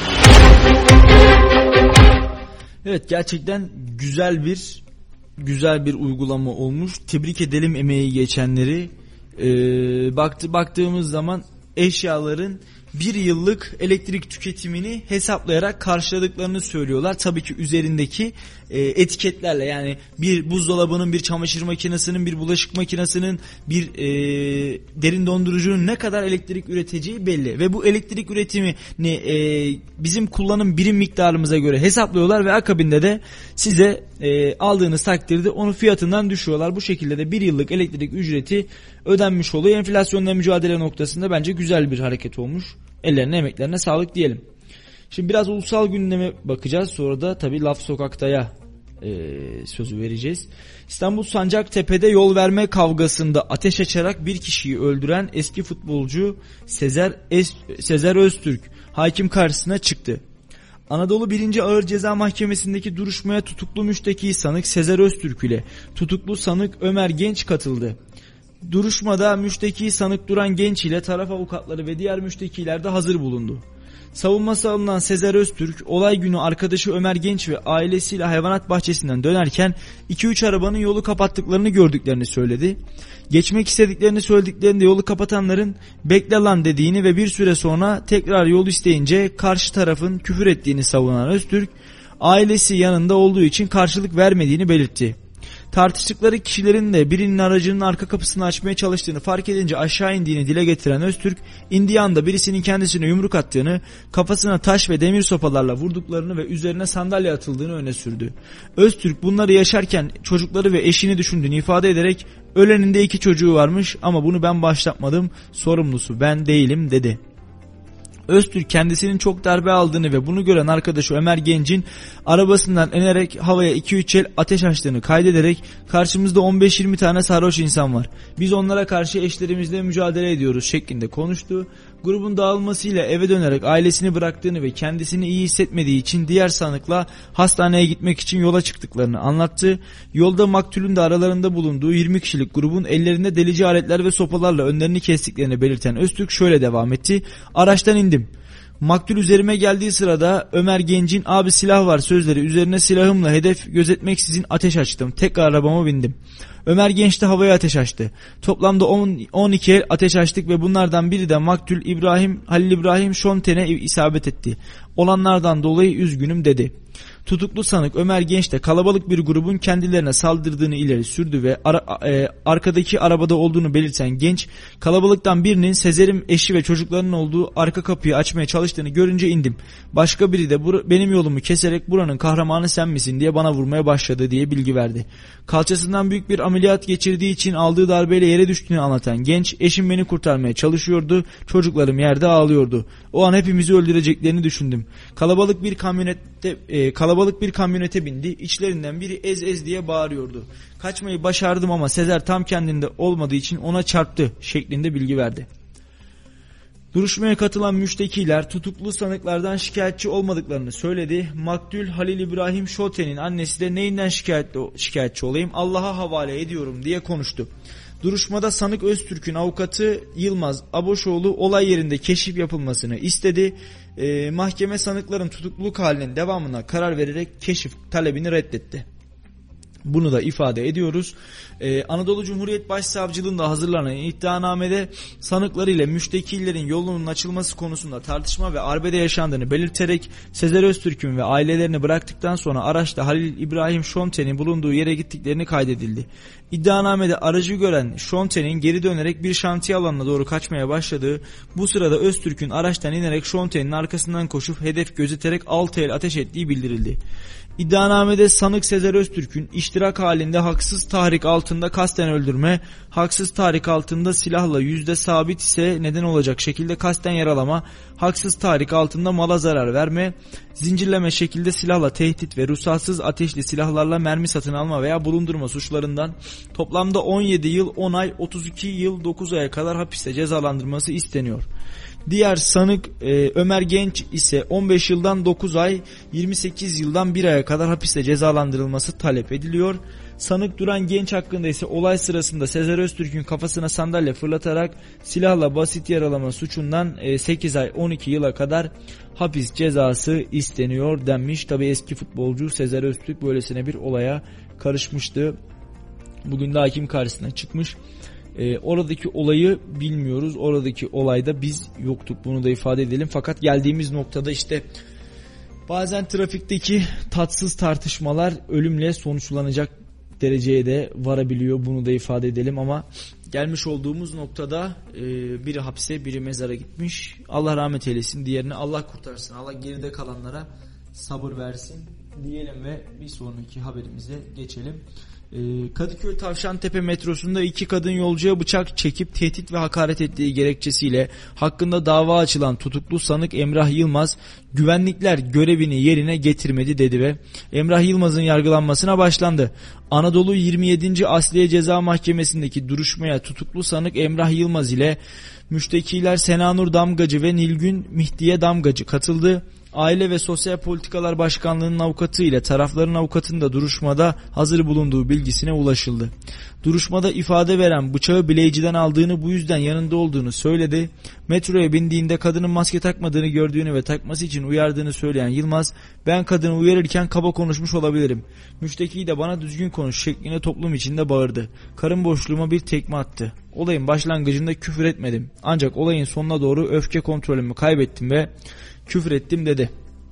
Evet, gerçekten güzel bir uygulama olmuş. Tebrik edelim emeği geçenleri. Baktığımız zaman eşyaların bir yıllık elektrik tüketimini hesaplayarak karşıladıklarını söylüyorlar. Tabii ki üzerindeki etiketlerle, yani bir buzdolabının, bir çamaşır makinesinin, bir bulaşık makinesinin, bir derin dondurucunun ne kadar elektrik üreteceği belli. Ve bu elektrik üretimini bizim kullanım birim miktarımıza göre hesaplıyorlar ve akabinde de size aldığınız takdirde onu fiyatından düşüyorlar. Bu şekilde de bir yıllık elektrik ücreti ödenmiş oluyor. Enflasyonla mücadele noktasında bence güzel bir hareket olmuş. Ellerine, emeklerine sağlık diyelim. Şimdi biraz ulusal gündeme bakacağız. Sonra da tabii Laf Sokakta'ya sözü vereceğiz. İstanbul Sancaktepe'de yol verme kavgasında ateş açarak bir kişiyi öldüren eski futbolcu Sezer Öztürk hakim karşısına çıktı. Anadolu 1. Ağır Ceza Mahkemesi'ndeki duruşmaya tutuklu müşteki sanık Sezer Öztürk ile tutuklu sanık Ömer Genç katıldı. Duruşmada müşteki sanık Duran Genç ile taraf avukatları ve diğer müştekiler de hazır bulundu. Savunması alınan Sezer Öztürk, olay günü arkadaşı Ömer Genç ve ailesiyle hayvanat bahçesinden dönerken 2-3 arabanın yolu kapattıklarını gördüklerini söyledi. Geçmek istediklerini söylediklerinde yolu kapatanların "bekle lan" dediğini ve bir süre sonra tekrar yol isteyince karşı tarafın küfür ettiğini savunan Öztürk, ailesi yanında olduğu için karşılık vermediğini belirtti. Tartıştıkları kişilerin de birinin aracının arka kapısını açmaya çalıştığını fark edince aşağı indiğini dile getiren Öztürk, indiği anda birisinin kendisine yumruk attığını, kafasına taş ve demir sopalarla vurduklarını ve üzerine sandalye atıldığını öne sürdü. Öztürk bunları yaşarken çocukları ve eşini düşündüğünü ifade ederek ölenin de 2 çocuğu varmış ama bunu ben başlatmadım, sorumlusu ben değilim dedi. Öztürk kendisinin çok darbe aldığını ve bunu gören arkadaşı Ömer Genç'in arabasından inerek havaya 2-3 el ateş açtığını kaydederek karşımızda 15-20 tane sarhoş insan var. Biz onlara karşı eşlerimizle mücadele ediyoruz şeklinde konuştu. Grubun dağılmasıyla eve dönerek ailesini bıraktığını ve kendisini iyi hissetmediği için diğer sanıkla hastaneye gitmek için yola çıktıklarını anlattı. Yolda maktulün de aralarında bulunduğu 20 kişilik grubun ellerinde delici aletler ve sopalarla önlerini kestiklerini belirten Öztürk şöyle devam etti. Araçtan indim. Maktul üzerime geldiği sırada Ömer Genç'in abi silah var sözleri üzerine silahımla hedef gözetmeksizin ateş açtım. Tekrar arabama bindim. Ömer Genç de havaya ateş açtı. Toplamda 12 el ateş açtık ve bunlardan biri de maktul Halil İbrahim Şonten'e isabet etti. Olanlardan dolayı üzgünüm dedi. Tutuklu sanık Ömer Genç de kalabalık bir grubun kendilerine saldırdığını ileri sürdü ve arkadaki arabada olduğunu belirten Genç, kalabalıktan birinin Sezer'in eşi ve çocuklarının olduğu arka kapıyı açmaya çalıştığını görünce indim. Başka biri de benim yolumu keserek buranın kahramanı sen misin diye bana vurmaya başladı diye bilgi verdi. Kalçasından büyük bir ameliyat geçirdiği için aldığı darbeyle yere düştüğünü anlatan Genç, eşim beni kurtarmaya çalışıyordu, çocuklarım yerde ağlıyordu. O an hepimizi öldüreceklerini düşündüm. Kalabalık bir kamyonete bindi. İçlerinden biri ez ez diye bağırıyordu. Kaçmayı başardım ama Sezer tam kendinde olmadığı için ona çarptı şeklinde bilgi verdi. Duruşmaya katılan müştekiler tutuklu sanıklardan şikayetçi olmadıklarını söyledi. Maktul Halil İbrahim Şoten'in annesi de neyinden şikayetçi olayım, Allah'a havale ediyorum diye konuştu. Duruşmada sanık Öztürk'ün avukatı Yılmaz Aboşoğlu olay yerinde keşif yapılmasını istedi. Mahkeme sanıkların tutukluluk halinin devamına karar vererek keşif talebini reddetti. Bunu da ifade ediyoruz. Anadolu Cumhuriyet Başsavcılığında hazırlanan iddianamede sanıklar ile müştekillerin yolunun açılması konusunda tartışma ve arbede yaşandığını belirterek Sezer Öztürk'ün ve ailelerini bıraktıktan sonra araçta Halil İbrahim Şonten'in bulunduğu yere gittiklerini kaydedildi. İddianamede aracı gören Şonten'in geri dönerek bir şantiye alanına doğru kaçmaya başladığı, bu sırada Öztürk'ün araçtan inerek Şonten'in arkasından koşup hedef gözeterek 6 el ateş ettiği bildirildi. İddianamede sanık Sezer Öztürk'ün iştirak halinde haksız tahrik altında kasten öldürme, haksız tahrik altında silahla yüzde sabit ise neden olacak şekilde kasten yaralama, haksız tahrik altında mala zarar verme, zincirleme şekilde silahla tehdit ve ruhsatsız ateşli silahlarla mermi satın alma veya bulundurma suçlarından toplamda 17 yıl 10 ay 32 yıl 9 aya kadar hapiste cezalandırılması isteniyor. Diğer sanık Ömer Genç ise 15 yıldan 9 ay 28 yıldan 1 aya kadar hapiste cezalandırılması talep ediliyor. Sanık Duran Genç hakkında ise olay sırasında Sezer Öztürk'ün kafasına sandalye fırlatarak silahla basit yaralama suçundan 8 ay 12 yıla kadar hapis cezası isteniyor denmiş. Tabi eski futbolcu Sezer Öztürk böylesine bir olaya karışmıştı. Bugün de hakim karşısına çıkmış. Oradaki olayı bilmiyoruz. Oradaki olayda biz yoktuk. Bunu da ifade edelim. Fakat geldiğimiz noktada işte bazen trafikteki tatsız tartışmalar ölümle sonuçlanacak dereceye de varabiliyor. Bunu da ifade edelim ama gelmiş olduğumuz noktada biri hapse, biri mezara gitmiş. Allah rahmet eylesin. Diğerini Allah kurtarsın. Allah geride kalanlara sabır versin diyelim ve bir sonraki haberimize geçelim. Kadıköy Tavşantepe metrosunda 2 kadın yolcuya bıçak çekip tehdit ve hakaret ettiği gerekçesiyle hakkında dava açılan tutuklu sanık Emrah Yılmaz, güvenlikler görevini yerine getirmedi dedi ve Emrah Yılmaz'ın yargılanmasına başlandı. Anadolu 27. Asliye Ceza Mahkemesi'ndeki duruşmaya tutuklu sanık Emrah Yılmaz ile müştekiler Senanur Damgacı ve Nilgün Mihdiye Damgacı katıldı. Aile ve Sosyal Politikalar Başkanlığı'nın avukatı ile tarafların avukatının da duruşmada hazır bulunduğu bilgisine ulaşıldı. Duruşmada ifade veren bıçağı bileyiciden aldığını, bu yüzden yanında olduğunu söyledi. Metroya bindiğinde kadının maske takmadığını gördüğünü ve takması için uyardığını söyleyen Yılmaz, ben kadını uyarırken kaba konuşmuş olabilirim. Müşteki de bana düzgün konuş şeklinde toplum içinde bağırdı. Karın boşluğuma bir tekme attı. Olayın başlangıcında küfür etmedim. Ancak olayın sonuna doğru öfke kontrolümü kaybettim ve küfür ettim dedi.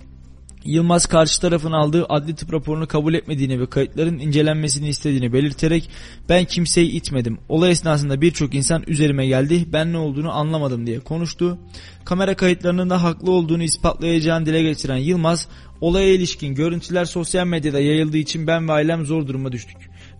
Yılmaz karşı tarafın aldığı adli tıp raporunu kabul etmediğini ve kayıtların incelenmesini istediğini belirterek ben kimseyi itmedim. Olay esnasında birçok insan üzerime geldi. Ben ne olduğunu anlamadım diye konuştu. Kamera kayıtlarının da haklı olduğunu ispatlayacağını dile getiren Yılmaz, olaya ilişkin görüntüler sosyal medyada yayıldığı için ben ve ailem zor duruma düştük.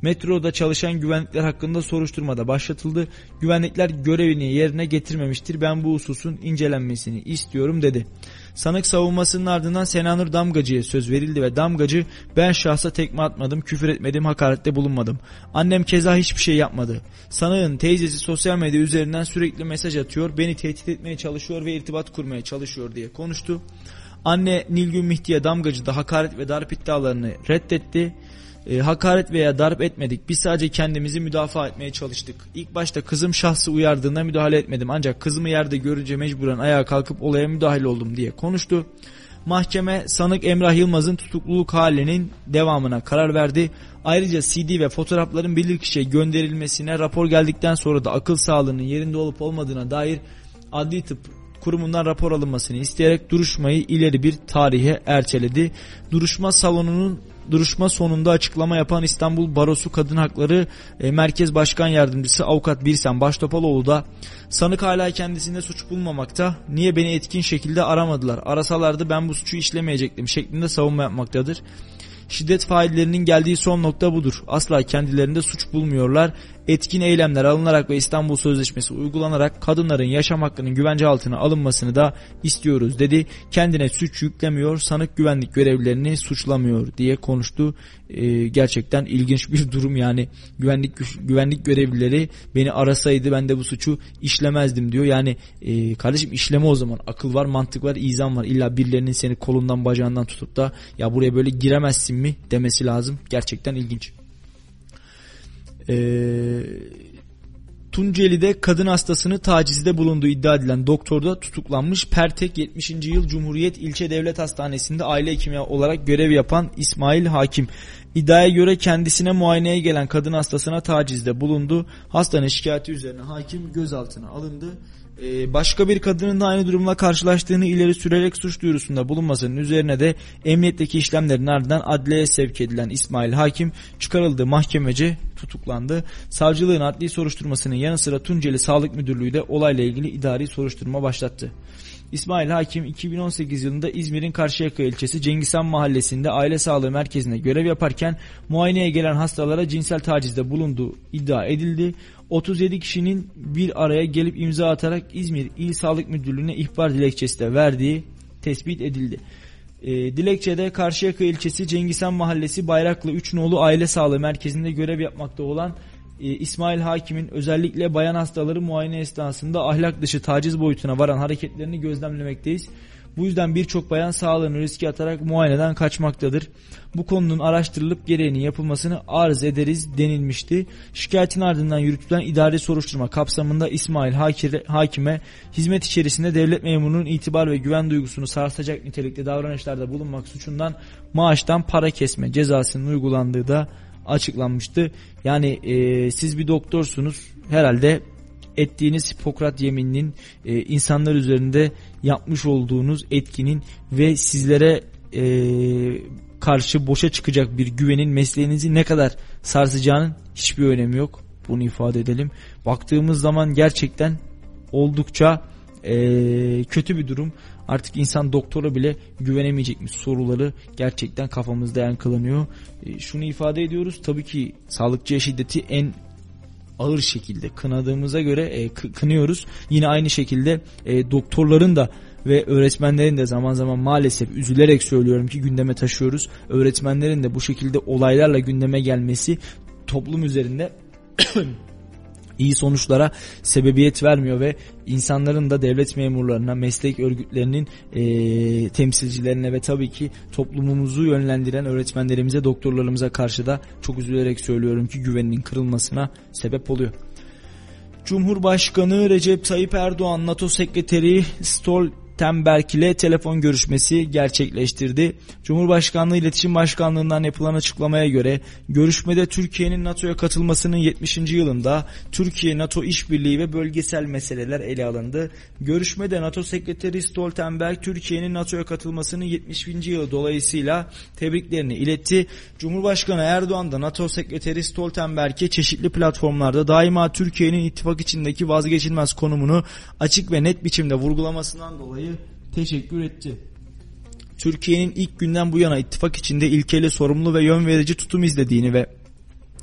Metroda çalışan güvenlikler hakkında soruşturmada başlatıldı. Güvenlikler görevini yerine getirmemiştir. Ben bu hususun incelenmesini istiyorum dedi. Sanık savunmasının ardından Senanur Damgacı'ya söz verildi ve Damgacı ben şahsa tekme atmadım, küfür etmedim, hakarette bulunmadım. Annem keza hiçbir şey yapmadı. Sanığın teyzesi sosyal medya üzerinden sürekli mesaj atıyor, beni tehdit etmeye çalışıyor ve irtibat kurmaya çalışıyor diye konuştu. Anne Nilgün Mihdiye Damgacı da hakaret ve darp iddialarını reddetti. Hakaret veya darp etmedik. Biz sadece kendimizi müdafaa etmeye çalıştık. İlk başta kızım şahsı uyardığında müdahale etmedim. Ancak kızımı yerde görünce mecburen ayağa kalkıp olaya müdahale oldum diye konuştu. Mahkeme sanık Emrah Yılmaz'ın tutukluluk halinin devamına karar verdi. Ayrıca CD ve fotoğrafların bilirkişiye gönderilmesine, rapor geldikten sonra da akıl sağlığının yerinde olup olmadığına dair adli tıp kurumundan rapor alınmasını isteyerek duruşmayı ileri bir tarihe erteledi. Duruşma sonunda açıklama yapan İstanbul Barosu Kadın Hakları Merkez Başkan Yardımcısı Avukat Birsen Baştopaloğlu da sanık hala kendisinde suç bulmamakta, niye beni etkin şekilde aramadılar, arasalardı ben bu suçu işlemeyecektim şeklinde savunma yapmaktadır. Şiddet faillerinin geldiği son nokta budur. Asla kendilerinde suç bulmuyorlar. Etkin eylemler alınarak ve İstanbul Sözleşmesi uygulanarak kadınların yaşam hakkının güvence altına alınmasını da istiyoruz dedi. Kendine suç yüklemiyor, sanık güvenlik görevlilerini suçlamıyor diye konuştu. Gerçekten ilginç bir durum yani. Güvenlik görevlileri beni arasaydı ben de bu suçu işlemezdim diyor. Yani kardeşim işleme o zaman. Akıl var, mantık var, izan var. İlla birilerinin seni kolundan bacağından tutup da ya buraya böyle giremezsin mi demesi lazım. Gerçekten ilginç. Tunceli'de kadın hastasını tacizde bulunduğu iddia edilen doktor da tutuklanmış. Pertek 70. Yıl Cumhuriyet İlçe Devlet Hastanesi'nde aile hekimi olarak görev yapan İsmail Hakim. İddiaya göre kendisine muayeneye gelen kadın hastasına tacizde bulundu. Hastanın şikayeti üzerine hakim gözaltına alındı. Başka bir kadının da aynı durumla karşılaştığını ileri sürerek suç duyurusunda bulunmasının üzerine de emniyetteki işlemlerin ardından adliyeye sevk edilen İsmail Hakim çıkarıldığı mahkemece tutuklandı. Savcılığın adli soruşturmasının yanı sıra Tunceli Sağlık Müdürlüğü de olayla ilgili idari soruşturma başlattı. İsmail Hakim 2018 yılında İzmir'in Karşıyaka ilçesi Cengizhan Mahallesi'nde aile sağlığı merkezinde görev yaparken muayeneye gelen hastalara cinsel tacizde bulunduğu iddia edildi. 37 kişinin bir araya gelip imza atarak İzmir İl Sağlık Müdürlüğü'ne ihbar dilekçesi de verdiği tespit edildi. Dilekçede Karşıyaka ilçesi Cengizhan Mahallesi Bayraklı 3 nolu aile sağlığı merkezinde görev yapmakta olan İsmail Hakim'in özellikle bayan hastaları muayene esnasında ahlak dışı taciz boyutuna varan hareketlerini gözlemlemekteyiz. Bu yüzden birçok bayan sağlığını riske atarak muayeneden kaçmaktadır. Bu konunun araştırılıp gereğinin yapılmasını arz ederiz denilmişti. Şikayetin ardından yürütülen idari soruşturma kapsamında İsmail Hakim'e hizmet içerisinde devlet memurunun itibar ve güven duygusunu sarsacak nitelikte davranışlarda bulunmak suçundan maaştan para kesme cezasının uygulandığı da açıklanmıştı. Yani siz bir doktorsunuz, herhalde ettiğiniz Hipokrat yemininin insanlar üzerinde yapmış olduğunuz etkinin ve sizlere karşı boşa çıkacak bir güvenin mesleğinizi ne kadar sarsacağının hiçbir önemi yok. Bunu ifade edelim. Baktığımız zaman gerçekten oldukça kötü bir durum. Artık insan doktora bile güvenemeyecekmiş soruları gerçekten kafamızda yankılanıyor. Şunu ifade ediyoruz. Tabii ki sağlıkçıya şiddeti en ağır şekilde kınadığımıza göre kınıyoruz. Yine aynı şekilde doktorların da ve öğretmenlerin de zaman zaman maalesef üzülerek söylüyorum ki gündeme taşıyoruz. Öğretmenlerin de bu şekilde olaylarla gündeme gelmesi toplum üzerinde iyi sonuçlara sebebiyet vermiyor ve insanların da devlet memurlarına, meslek örgütlerinin temsilcilerine ve tabii ki toplumumuzu yönlendiren öğretmenlerimize, doktorlarımıza karşı da çok üzülerek söylüyorum ki güveninin kırılmasına sebep oluyor. Cumhurbaşkanı Recep Tayyip Erdoğan, NATO Sekreteri Stoltenberg ile telefon görüşmesi gerçekleştirdi. Cumhurbaşkanlığı İletişim Başkanlığı'ndan yapılan açıklamaya göre görüşmede Türkiye'nin NATO'ya katılmasının 70. yılında Türkiye-NATO işbirliği ve bölgesel meseleler ele alındı. Görüşmede NATO Sekreteri Stoltenberg Türkiye'nin NATO'ya katılmasının 70. yılı dolayısıyla tebriklerini iletti. Cumhurbaşkanı Erdoğan da NATO Sekreteri Stoltenberg'e çeşitli platformlarda daima Türkiye'nin ittifak içindeki vazgeçilmez konumunu açık ve net biçimde vurgulamasından dolayı teşekkür etti. Türkiye'nin ilk günden bu yana ittifak içinde ilkeli, sorumlu ve yön verici tutum izlediğini ve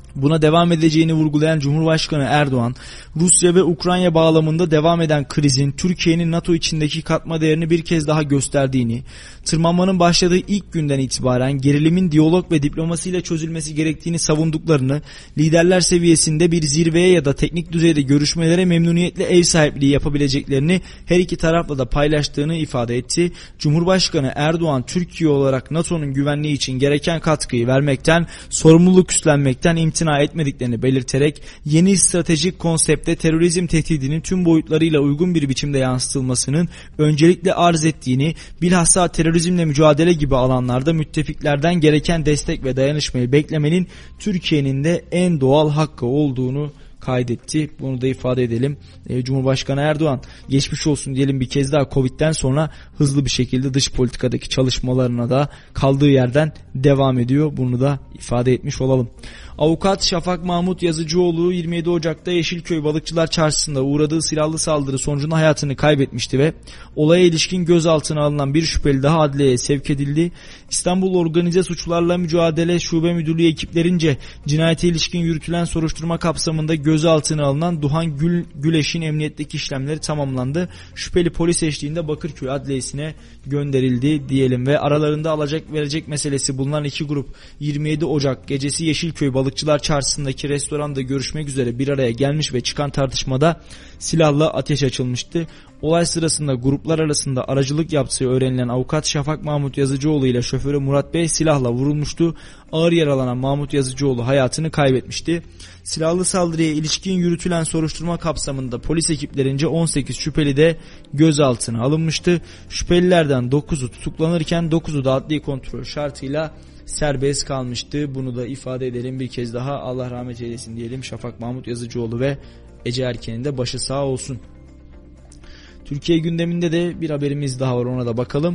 Buna devam edeceğini vurgulayan Cumhurbaşkanı Erdoğan, Rusya ve Ukrayna bağlamında devam eden krizin Türkiye'nin NATO içindeki katma değerini bir kez daha gösterdiğini, tırmanmanın başladığı ilk günden itibaren gerilimin diyalog ve diplomasiyle çözülmesi gerektiğini savunduklarını, liderler seviyesinde bir zirveye ya da teknik düzeyde görüşmelere memnuniyetle ev sahipliği yapabileceklerini her iki tarafla da paylaştığını ifade etti. Cumhurbaşkanı Erdoğan, Türkiye olarak NATO'nun güvenliği için gereken katkıyı vermekten, sorumluluk üstlenmekten imtina etmediklerini belirterek yeni stratejik konsepte terörizm tehdidinin tüm boyutlarıyla uygun bir biçimde yansıtılmasının öncelikle arz ettiğini, bilhassa terörizmle mücadele gibi alanlarda müttefiklerden gereken destek ve dayanışmayı beklemenin Türkiye'nin de en doğal hakkı olduğunu kaydetti. Bunu da ifade edelim. Cumhurbaşkanı Erdoğan geçmiş olsun diyelim bir kez daha, Covid'den sonra hızlı bir şekilde dış politikadaki çalışmalarına da kaldığı yerden devam ediyor. Bunu da ifade etmiş olalım. Avukat Şafak Mahmut Yazıcıoğlu 27 Ocak'ta Yeşilköy Balıkçılar Çarşısı'nda uğradığı silahlı saldırı sonucunda hayatını kaybetmişti ve olaya ilişkin gözaltına alınan bir şüpheli daha adliyeye sevk edildi. İstanbul Organize Suçlarla Mücadele Şube Müdürlüğü ekiplerince cinayete ilişkin yürütülen soruşturma kapsamında gözaltına alınan Duhan Güleş'in emniyetteki işlemleri tamamlandı. Şüpheli polis eşliğinde Bakırköy Adliyesi'ne gönderildi diyelim ve aralarında alacak verecek meselesi bulunan iki grup 27 Ocak gecesi Yeşilköy Balıkçılar Çarşısı'ndaki restoranda görüşmek üzere bir araya gelmiş ve çıkan tartışmada silahla ateş açılmıştı. Olay sırasında gruplar arasında aracılık yaptığı öğrenilen avukat Şafak Mahmut Yazıcıoğlu ile şoförü Murat Bey silahla vurulmuştu. Ağır yaralanan Mahmut Yazıcıoğlu hayatını kaybetmişti. Silahlı saldırıya ilişkin yürütülen soruşturma kapsamında polis ekiplerince 18 şüpheli de gözaltına alınmıştı. Şüphelilerden 9'u tutuklanırken 9'u da adli kontrol şartıyla serbest kalmıştı. Bunu da ifade edelim bir kez daha. Allah rahmet eylesin diyelim Şafak Mahmut Yazıcıoğlu ve Ece Erken'in de başı sağ olsun. Türkiye gündeminde de bir haberimiz daha var, ona da bakalım.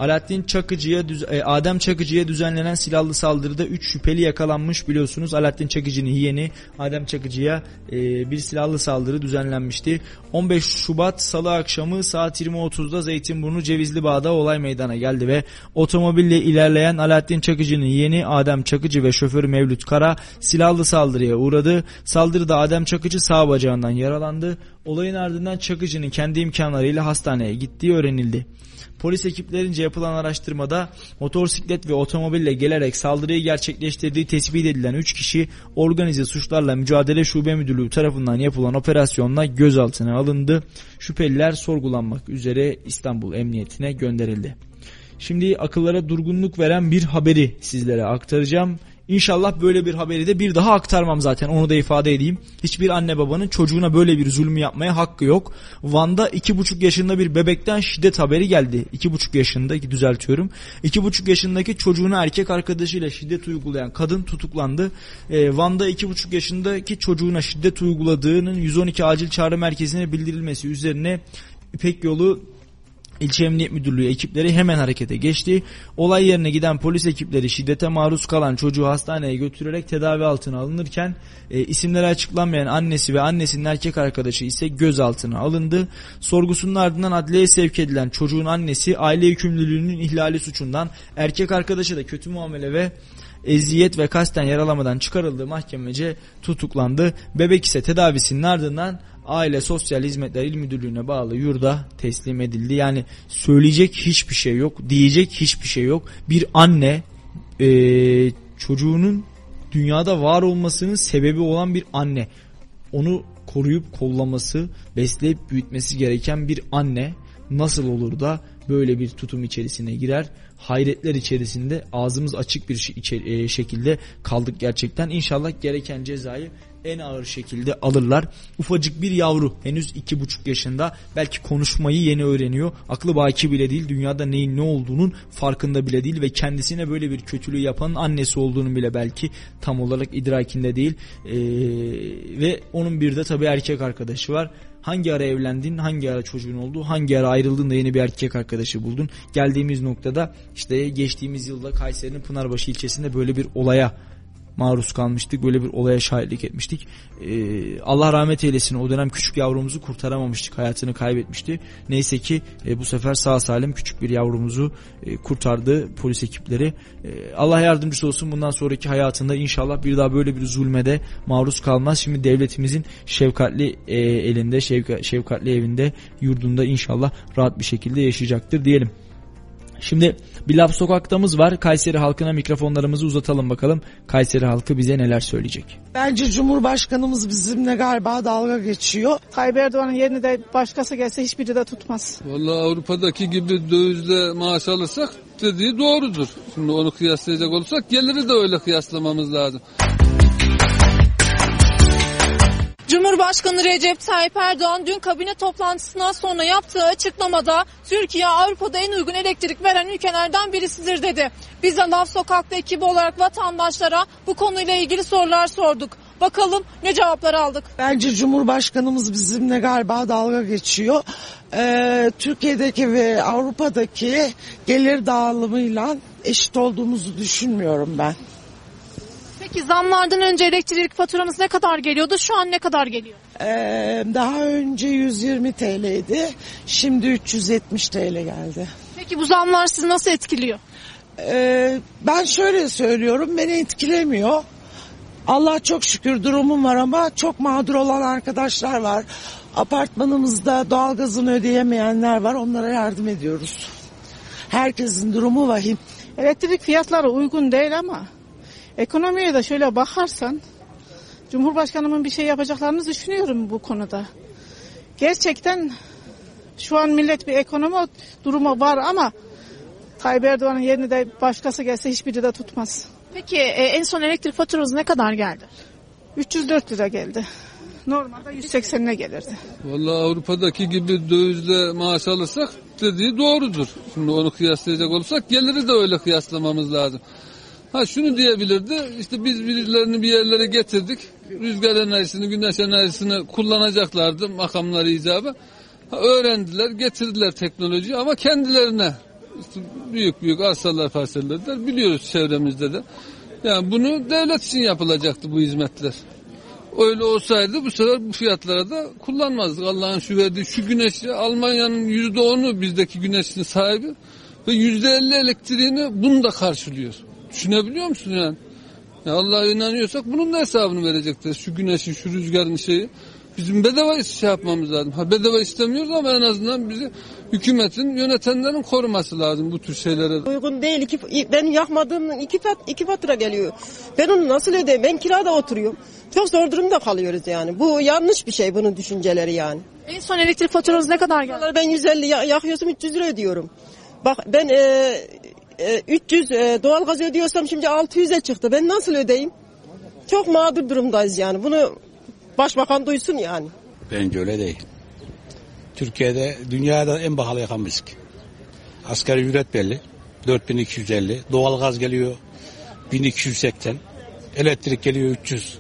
Adem Çakıcı'ya düzenlenen silahlı saldırıda 3 şüpheli yakalanmış, biliyorsunuz. Alaaddin Çakıcı'nın yeğeni Adem Çakıcı'ya bir silahlı saldırı düzenlenmişti. 15 Şubat Salı akşamı saat 20.30'da Zeytinburnu Cevizlibağ'da olay meydana geldi ve otomobille ilerleyen Alaaddin Çakıcı'nın yeğeni Adem Çakıcı ve şoförü Mevlüt Kara silahlı saldırıya uğradı. Saldırıda Adem Çakıcı sağ bacağından yaralandı. Olayın ardından Çakıcı'nın kendi imkanlarıyla hastaneye gittiği öğrenildi. Polis ekiplerince yapılan araştırmada motosiklet ve otomobille gelerek saldırıyı gerçekleştirdiği tespit edilen 3 kişi Organize Suçlarla Mücadele Şube Müdürlüğü tarafından yapılan operasyonla gözaltına alındı. Şüpheliler sorgulanmak üzere İstanbul Emniyetine gönderildi. Şimdi akıllara durgunluk veren bir haberi sizlere aktaracağım. İnşallah böyle bir haberi de bir daha aktarmam, zaten onu da ifade edeyim. Hiçbir anne babanın çocuğuna böyle bir zulmü yapmaya hakkı yok. Van'da 2,5 yaşında bir bebekten şiddet haberi geldi. 2,5 yaşındaki, düzeltiyorum. 2,5 yaşındaki çocuğuna erkek arkadaşıyla şiddet uygulayan kadın tutuklandı. Van'da 2,5 yaşındaki çocuğuna şiddet uyguladığının 112 acil çağrı merkezine bildirilmesi üzerine İpek Yolu İlçe Emniyet Müdürlüğü ekipleri hemen harekete geçti. Olay yerine giden polis ekipleri şiddete maruz kalan çocuğu hastaneye götürerek tedavi altına alınırken isimleri açıklanmayan annesi ve annesinin erkek arkadaşı ise gözaltına alındı. Sorgusunun ardından adliyeye sevk edilen çocuğun annesi aile yükümlülüğünün ihlali suçundan, erkek arkadaşı da kötü muamele ve eziyet ve kasten yaralamadan çıkarıldığı mahkemece tutuklandı. Bebek ise tedavisinin ardından Aile Sosyal Hizmetler İl Müdürlüğü'ne bağlı yurda teslim edildi. Yani söyleyecek hiçbir şey yok, diyecek hiçbir şey yok. Bir anne çocuğunun dünyada var olmasının sebebi olan bir anne, onu koruyup kollaması, besleyip büyütmesi gereken bir anne nasıl olur da böyle bir tutum içerisine girer? Hayretler içerisinde ağzımız açık bir şekilde kaldık gerçekten. İnşallah gereken cezayı en ağır şekilde alırlar. Ufacık bir yavru, henüz 2,5 yaşında, belki konuşmayı yeni öğreniyor. Aklı baki bile değil, dünyada neyin ne olduğunun farkında bile değil ve kendisine böyle bir kötülüğü yapanın annesi olduğunu bile belki tam olarak idrakinde değil. Ve onun bir de tabii erkek arkadaşı var. Hangi ara evlendin, hangi ara çocuğun oldu, hangi ara ayrıldın da yeni bir erkek arkadaşı buldun. Geldiğimiz noktada işte geçtiğimiz yılda Kayseri'nin Pınarbaşı ilçesinde böyle bir olaya maruz kalmıştık. Böyle bir olaya şahitlik etmiştik. Allah rahmet eylesin, o dönem küçük yavrumuzu kurtaramamıştık. Hayatını kaybetmişti. Neyse ki bu sefer sağ salim küçük bir yavrumuzu kurtardı polis ekipleri. Allah yardımcısı olsun, bundan sonraki hayatında inşallah bir daha böyle bir zulmede maruz kalmaz. Şimdi devletimizin şefkatli elinde, şefkatli evinde, yurdunda inşallah rahat bir şekilde yaşayacaktır diyelim. Şimdi bir laf sokaktamız var. Kayseri halkına mikrofonlarımızı uzatalım bakalım. Kayseri halkı bize neler söyleyecek? Bence Cumhurbaşkanımız bizimle galiba dalga geçiyor. Tayyip Erdoğan'ın yerine de başkası gelse hiçbiri de tutmaz. Vallahi Avrupa'daki gibi dövizle maaş alırsak dediği doğrudur. Şimdi onu kıyaslayacak olursak geliri de öyle kıyaslamamız lazım. Cumhurbaşkanı Recep Tayyip Erdoğan dün kabine toplantısından sonra yaptığı açıklamada Türkiye Avrupa'da en uygun elektrik veren ülkelerden birisidir dedi. Biz de Laf Sokak'ta ekibi olarak vatandaşlara bu konuyla ilgili sorular sorduk. Bakalım ne cevaplar aldık. Bence Cumhurbaşkanımız bizimle galiba dalga geçiyor. Türkiye'deki ve Avrupa'daki gelir dağılımıyla eşit olduğumuzu düşünmüyorum ben. Peki zamlardan önce elektrik faturanız ne kadar geliyordu? Şu an ne kadar geliyor? Daha önce 120 TL'ydi. Şimdi 370 TL geldi. Peki bu zamlar sizi nasıl etkiliyor? Ben şöyle söylüyorum, beni etkilemiyor. Allah çok şükür durumum var ama çok mağdur olan arkadaşlar var. Apartmanımızda doğalgazını ödeyemeyenler var. Onlara yardım ediyoruz. Herkesin durumu vahim. Elektrik fiyatları uygun değil ama ekonomiye de şöyle bakarsan Cumhurbaşkanımın bir şey yapacaklarını düşünüyorum bu konuda. Gerçekten şu an millet bir ekonomi durumu var ama Tayyip Erdoğan'ın yerine de başkası gelse hiçbiri de tutmaz. Peki en son elektrik faturanız ne kadar geldi? 304 lira geldi. Normalde 180'e gelirdi. Vallahi Avrupa'daki gibi dövizle maaş alırsak dediği doğrudur. Şimdi onu kıyaslayacak olursak geliri de öyle kıyaslamamız lazım. Şunu diyebilirdi, işte biz birilerini bir yerlere getirdik, rüzgar enerjisini, güneş enerjisini kullanacaklardı makamları icabı. Öğrendiler, getirdiler teknolojiyi ama kendilerine işte büyük arsalar parsellediler, biliyoruz çevremizde de. Yani bunu devlet için yapılacaktı bu hizmetler. Öyle olsaydı bu sefer bu fiyatlara da kullanmazdık. Allah'ın şu verdiği şu güneşi, Almanya'nın %10'u bizdeki güneşin sahibi ve %50 elektriğini bunu da karşılıyor. Düşünebiliyor musun yani? Allah'a inanıyorsak bunun da hesabını verecektir. Şu güneşin, şu rüzgarın şeyi. Bizim bedava şey yapmamız lazım. Bedava istemiyoruz ama en azından bizi hükümetin, yönetenlerin koruması lazım bu tür şeylere. Uygun değil. Ben yakmadığım iki fatura geliyor. Ben onu nasıl ödeyeyim? Ben kirada oturuyorum. Çok zor durumda kalıyoruz yani. Bu yanlış bir şey, bunun düşünceleri yani. En son elektrik faturanız ne kadar geldi? Ben 150 yakıyorsam 300 lira ödüyorum. Bak ben 300 doğalgaz ödüyorsam şimdi 600'e çıktı. Ben nasıl ödeyeyim? Çok mağdur durumdayız yani. Bunu başbakan duysun yani. Bence öyle değil. Türkiye'de dünyada en pahalı yakan bizik. Asgari ücret belli. 4250. Doğalgaz geliyor 1280. Elektrik geliyor 300.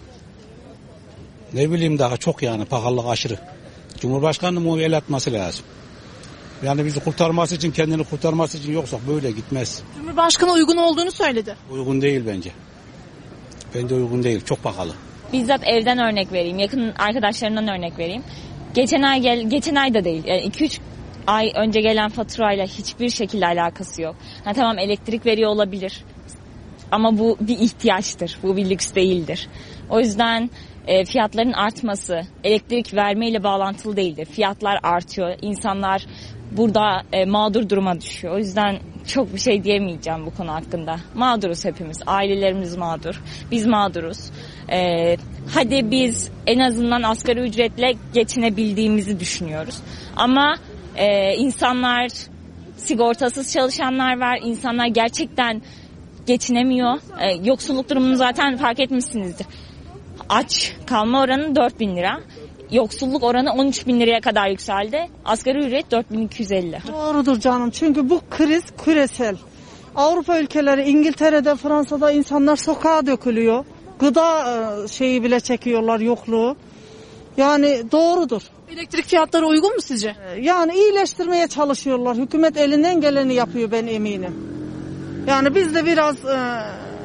Ne bileyim daha çok yani pahalılık aşırı. Cumhurbaşkanının o el atması lazım. Yani bizi kurtarması için, kendini kurtarması için, yoksa böyle gitmez. Cumhurbaşkanı uygun olduğunu söyledi. Uygun değil bence. Bence uygun değil. Çok pahalı. Bizzat evden örnek vereyim. Yakın arkadaşlarımdan örnek vereyim. Geçen ay da değil. Yani 2-3 ay önce gelen faturayla hiçbir şekilde alakası yok. Tamam elektrik veriyor olabilir. Ama bu bir ihtiyaçtır. Bu bir lüks değildir. O yüzden fiyatların artması elektrik vermeyle bağlantılı değildir. Fiyatlar artıyor. İnsanlar burada mağdur duruma düşüyor. O yüzden çok bir şey diyemeyeceğim bu konu hakkında. Mağduruz hepimiz. Ailelerimiz mağdur. Biz mağduruz. Hadi biz en azından asgari ücretle geçinebildiğimizi düşünüyoruz. Ama insanlar, sigortasız çalışanlar var. İnsanlar gerçekten geçinemiyor. Yoksulluk durumunu zaten fark etmişsinizdir. Aç kalma oranı 4.000 lira. Yoksulluk oranı 13.000 liraya kadar yükseldi. Asgari ücret 4.250. Doğrudur canım. Çünkü bu kriz küresel. Avrupa ülkeleri, İngiltere'de, Fransa'da insanlar sokağa dökülüyor. Gıda şeyi bile çekiyorlar, yokluğu. Yani doğrudur. Elektrik fiyatları uygun mu sizce? Yani iyileştirmeye çalışıyorlar. Hükümet elinden geleni yapıyor, ben eminim. Yani biz de biraz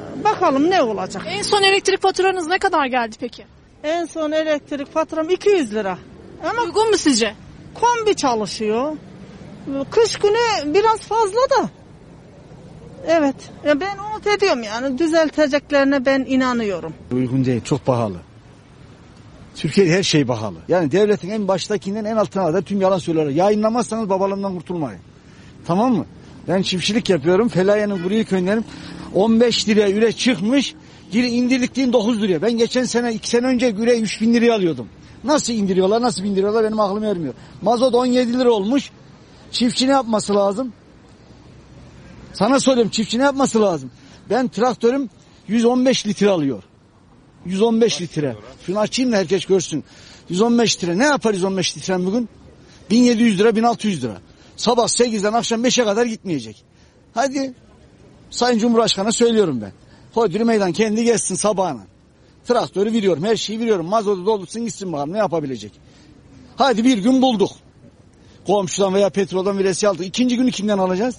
Bakalım ne olacak. En son elektrik faturanız ne kadar geldi peki? En son elektrik faturam 200 lira. Ama uygun mu sizce? Kombi çalışıyor. Kış günü biraz fazla da. Evet. Ben umut ediyorum yani düzelteceklerine ben inanıyorum. Uygun değil, çok pahalı. Türkiye'de her şey pahalı. Yani devletin en baştakinden en altına kadar tüm yalan söylüyorlar. Yayınlamazsanız babalığından kurtulmayın. Tamam mı? Ben çiftçilik yapıyorum. Felaye'nin burayı köylerim 15 liraya üre çıkmış. İndirdikliğin 9 liraya. Ben geçen sene 2 sene önce üre 3000 liraya alıyordum. Nasıl indiriyorlar, nasıl bindiriyorlar benim aklım ermiyor. Mazot 17 lira olmuş. Çiftçi ne yapması lazım? Sana söyleyeyim, çiftçi ne yapması lazım? Ben traktörüm 115 litre alıyor. 115 litre. Şunu açayım da herkes görsün. 115 litre. Ne yapar 115 litre bugün? 1700 lira, 1600 lira. Sabah 8'den akşam 5'e kadar gitmeyecek. Hadi Sayın Cumhurbaşkanı'na söylüyorum ben. Hodri meydan kendi geçsin sabahına. Traktörü veriyorum, her şeyi veriyorum. Mazotu doldursun gitsin bakalım ne yapabilecek. Hadi bir gün bulduk. Komşudan veya petroldan veresi aldık. İkinci günü kimden alacağız?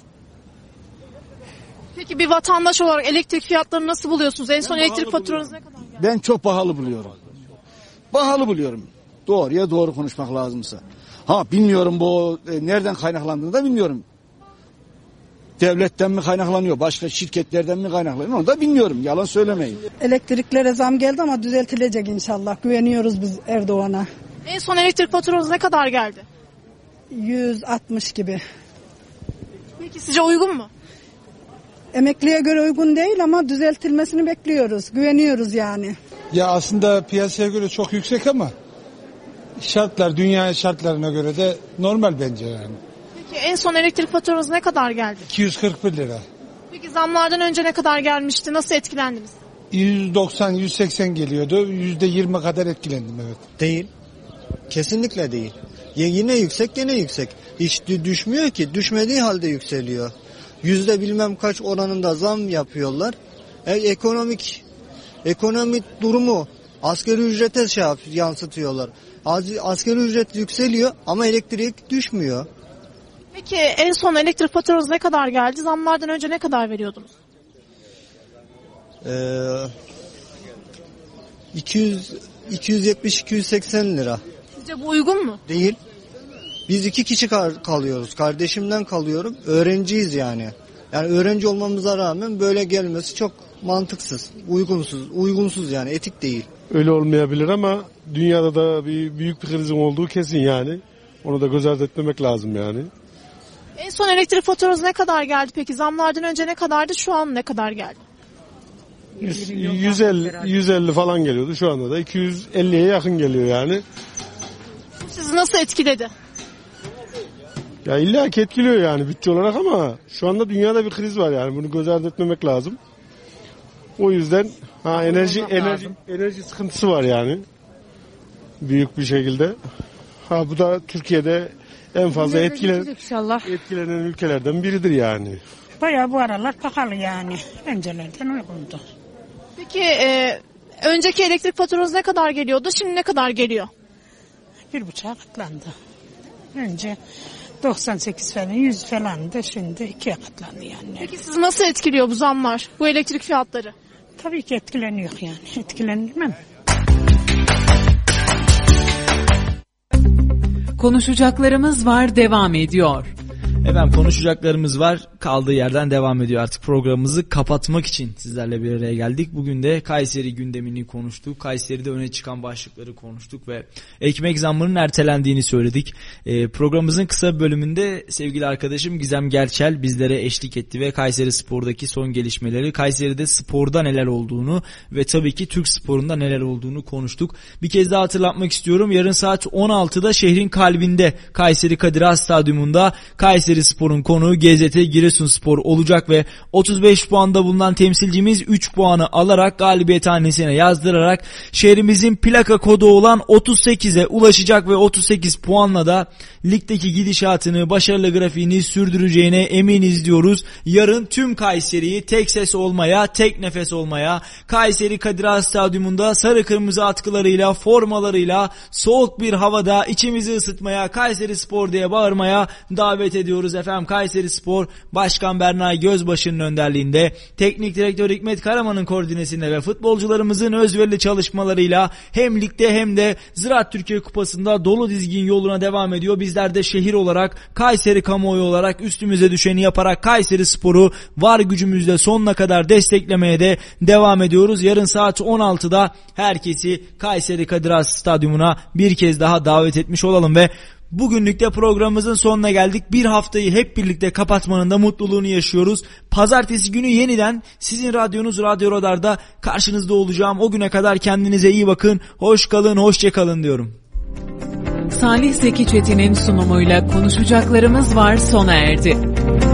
Peki bir vatandaş olarak elektrik fiyatlarını nasıl buluyorsunuz? En son elektrik faturanız ne kadar geldi? Ben çok pahalı buluyorum. Pahalı buluyorum. Doğruya doğru konuşmak lazımsa. Bilmiyorum bu nereden kaynaklandığını da bilmiyorum. Devletten mi kaynaklanıyor, başka şirketlerden mi kaynaklanıyor onu da bilmiyorum. Yalan söylemeyin. Elektriklere zam geldi ama düzeltilecek inşallah. Güveniyoruz biz Erdoğan'a. En son elektrik faturanız ne kadar geldi? 160 gibi. Peki sizce uygun mu? Emekliye göre uygun değil ama düzeltilmesini bekliyoruz. Güveniyoruz yani. Ya aslında piyasaya göre çok yüksek ama şartlar, dünya şartlarına göre de normal bence yani. Peki en son elektrik faturanız ne kadar geldi? 241 lira. Peki zamlardan önce ne kadar gelmişti? Nasıl etkilendiniz? 190-180 geliyordu. %20 kadar etkilendim evet. Değil. Kesinlikle değil. Yine yüksek, yine yüksek. Hiç düşmüyor ki. Düşmediği halde yükseliyor. Yüzde bilmem kaç oranında zam yapıyorlar. Ekonomik durumu asgari ücrete yansıtıyorlar. Asgari ücret yükseliyor ama elektrik düşmüyor. Peki en son elektrik faturanız ne kadar geldi? Zamlardan önce ne kadar veriyordunuz? 270-280 lira. Sizce bu uygun mu? Değil. Biz 2 kişi kalıyoruz. Kardeşimden kalıyorum. Öğrenciyiz yani. Yani öğrenci olmamıza rağmen böyle gelmesi çok mantıksız, uygunsuz yani etik değil. Öyle olmayabilir ama dünyada da büyük bir krizin olduğu kesin yani. Onu da göz ardı etmemek lazım yani. En son elektrik faturanız ne kadar geldi peki? Zamlardan önce ne kadardı? Şu an ne kadar geldi? 150 falan geliyordu. Şu anda da 250'ye yakın geliyor yani. Sizi nasıl etkiledi? Ya illa ki etkiliyor yani bütçe olarak ama şu anda dünyada bir kriz var yani. Bunu göz ardı etmemek lazım. O yüzden enerji sıkıntısı var yani. Büyük bir şekilde. Bu da Türkiye'de en fazla etkilenen ülkelerden biridir yani. Bayağı bu aralar pahalı yani. Öncelerden uygundu. Peki önceki elektrik faturanız ne kadar geliyordu? Şimdi ne kadar geliyor? 1,5'a katlandı. Önce 98 falan 100 falan da şimdi 2'ye katlandı yani. Peki siz nasıl etkiliyor bu zamlar, bu elektrik fiyatları? Tabii ki etkileniyor yani. Etkilenmem. Konuşacaklarımız var devam ediyor. Efendim konuşacaklarımız var. Kaldığı yerden devam ediyor. Artık programımızı kapatmak için sizlerle bir araya geldik. Bugün de Kayseri gündemini konuştuk. Kayseri'de öne çıkan başlıkları konuştuk ve ekmek zammının ertelendiğini söyledik. Programımızın kısa bölümünde sevgili arkadaşım Gizem Gerçel bizlere eşlik etti ve Kayseri Spor'daki son gelişmeleri, Kayseri'de sporda neler olduğunu ve tabii ki Türk sporunda neler olduğunu konuştuk. Bir kez daha hatırlatmak istiyorum. Yarın saat 16'da şehrin kalbinde Kayseri Kadir Has Stadyumunda Kayseri Spor'un konuğu GZT Giresunspor olacak ve 35 puanda bulunan temsilcimiz 3 puanı alarak galibiyet hanesine yazdırarak şehrimizin plaka kodu olan 38'e ulaşacak ve 38 puanla da ligdeki gidişatını, başarılı grafiğini sürdüreceğine eminiz diyoruz. Yarın tüm Kayseri'yi tek ses olmaya, tek nefes olmaya, Kayseri Kadir Has Stadyumunda sarı kırmızı atkılarıyla, formalarıyla soğuk bir havada içimizi ısıtmaya, Kayseri Spor diye bağırmaya davet ediyoruz efendim. Kayseri Spor Başkan Berna Gözbaşı'nın önderliğinde, Teknik Direktör Hikmet Karaman'ın koordinesinde ve futbolcularımızın özverili çalışmalarıyla hem ligde hem de Ziraat Türkiye Kupası'nda dolu dizgin yoluna devam ediyor. Bizler de şehir olarak, Kayseri kamuoyu olarak üstümüze düşeni yaparak Kayseri Sporu var gücümüzle sonuna kadar desteklemeye de devam ediyoruz. Yarın saat 16'da herkesi Kayseri Kadir Has Stadyumuna bir kez daha davet etmiş olalım ve bugünlük de programımızın sonuna geldik. Bir haftayı hep birlikte kapatmanın da mutluluğunu yaşıyoruz. Pazartesi günü yeniden sizin radyonuz Radyo Radar'da karşınızda olacağım. O güne kadar kendinize iyi bakın. Hoş kalın, hoşça kalın diyorum. Salih Zeki Çetin'in sunumuyla konuşacaklarımız var sona erdi.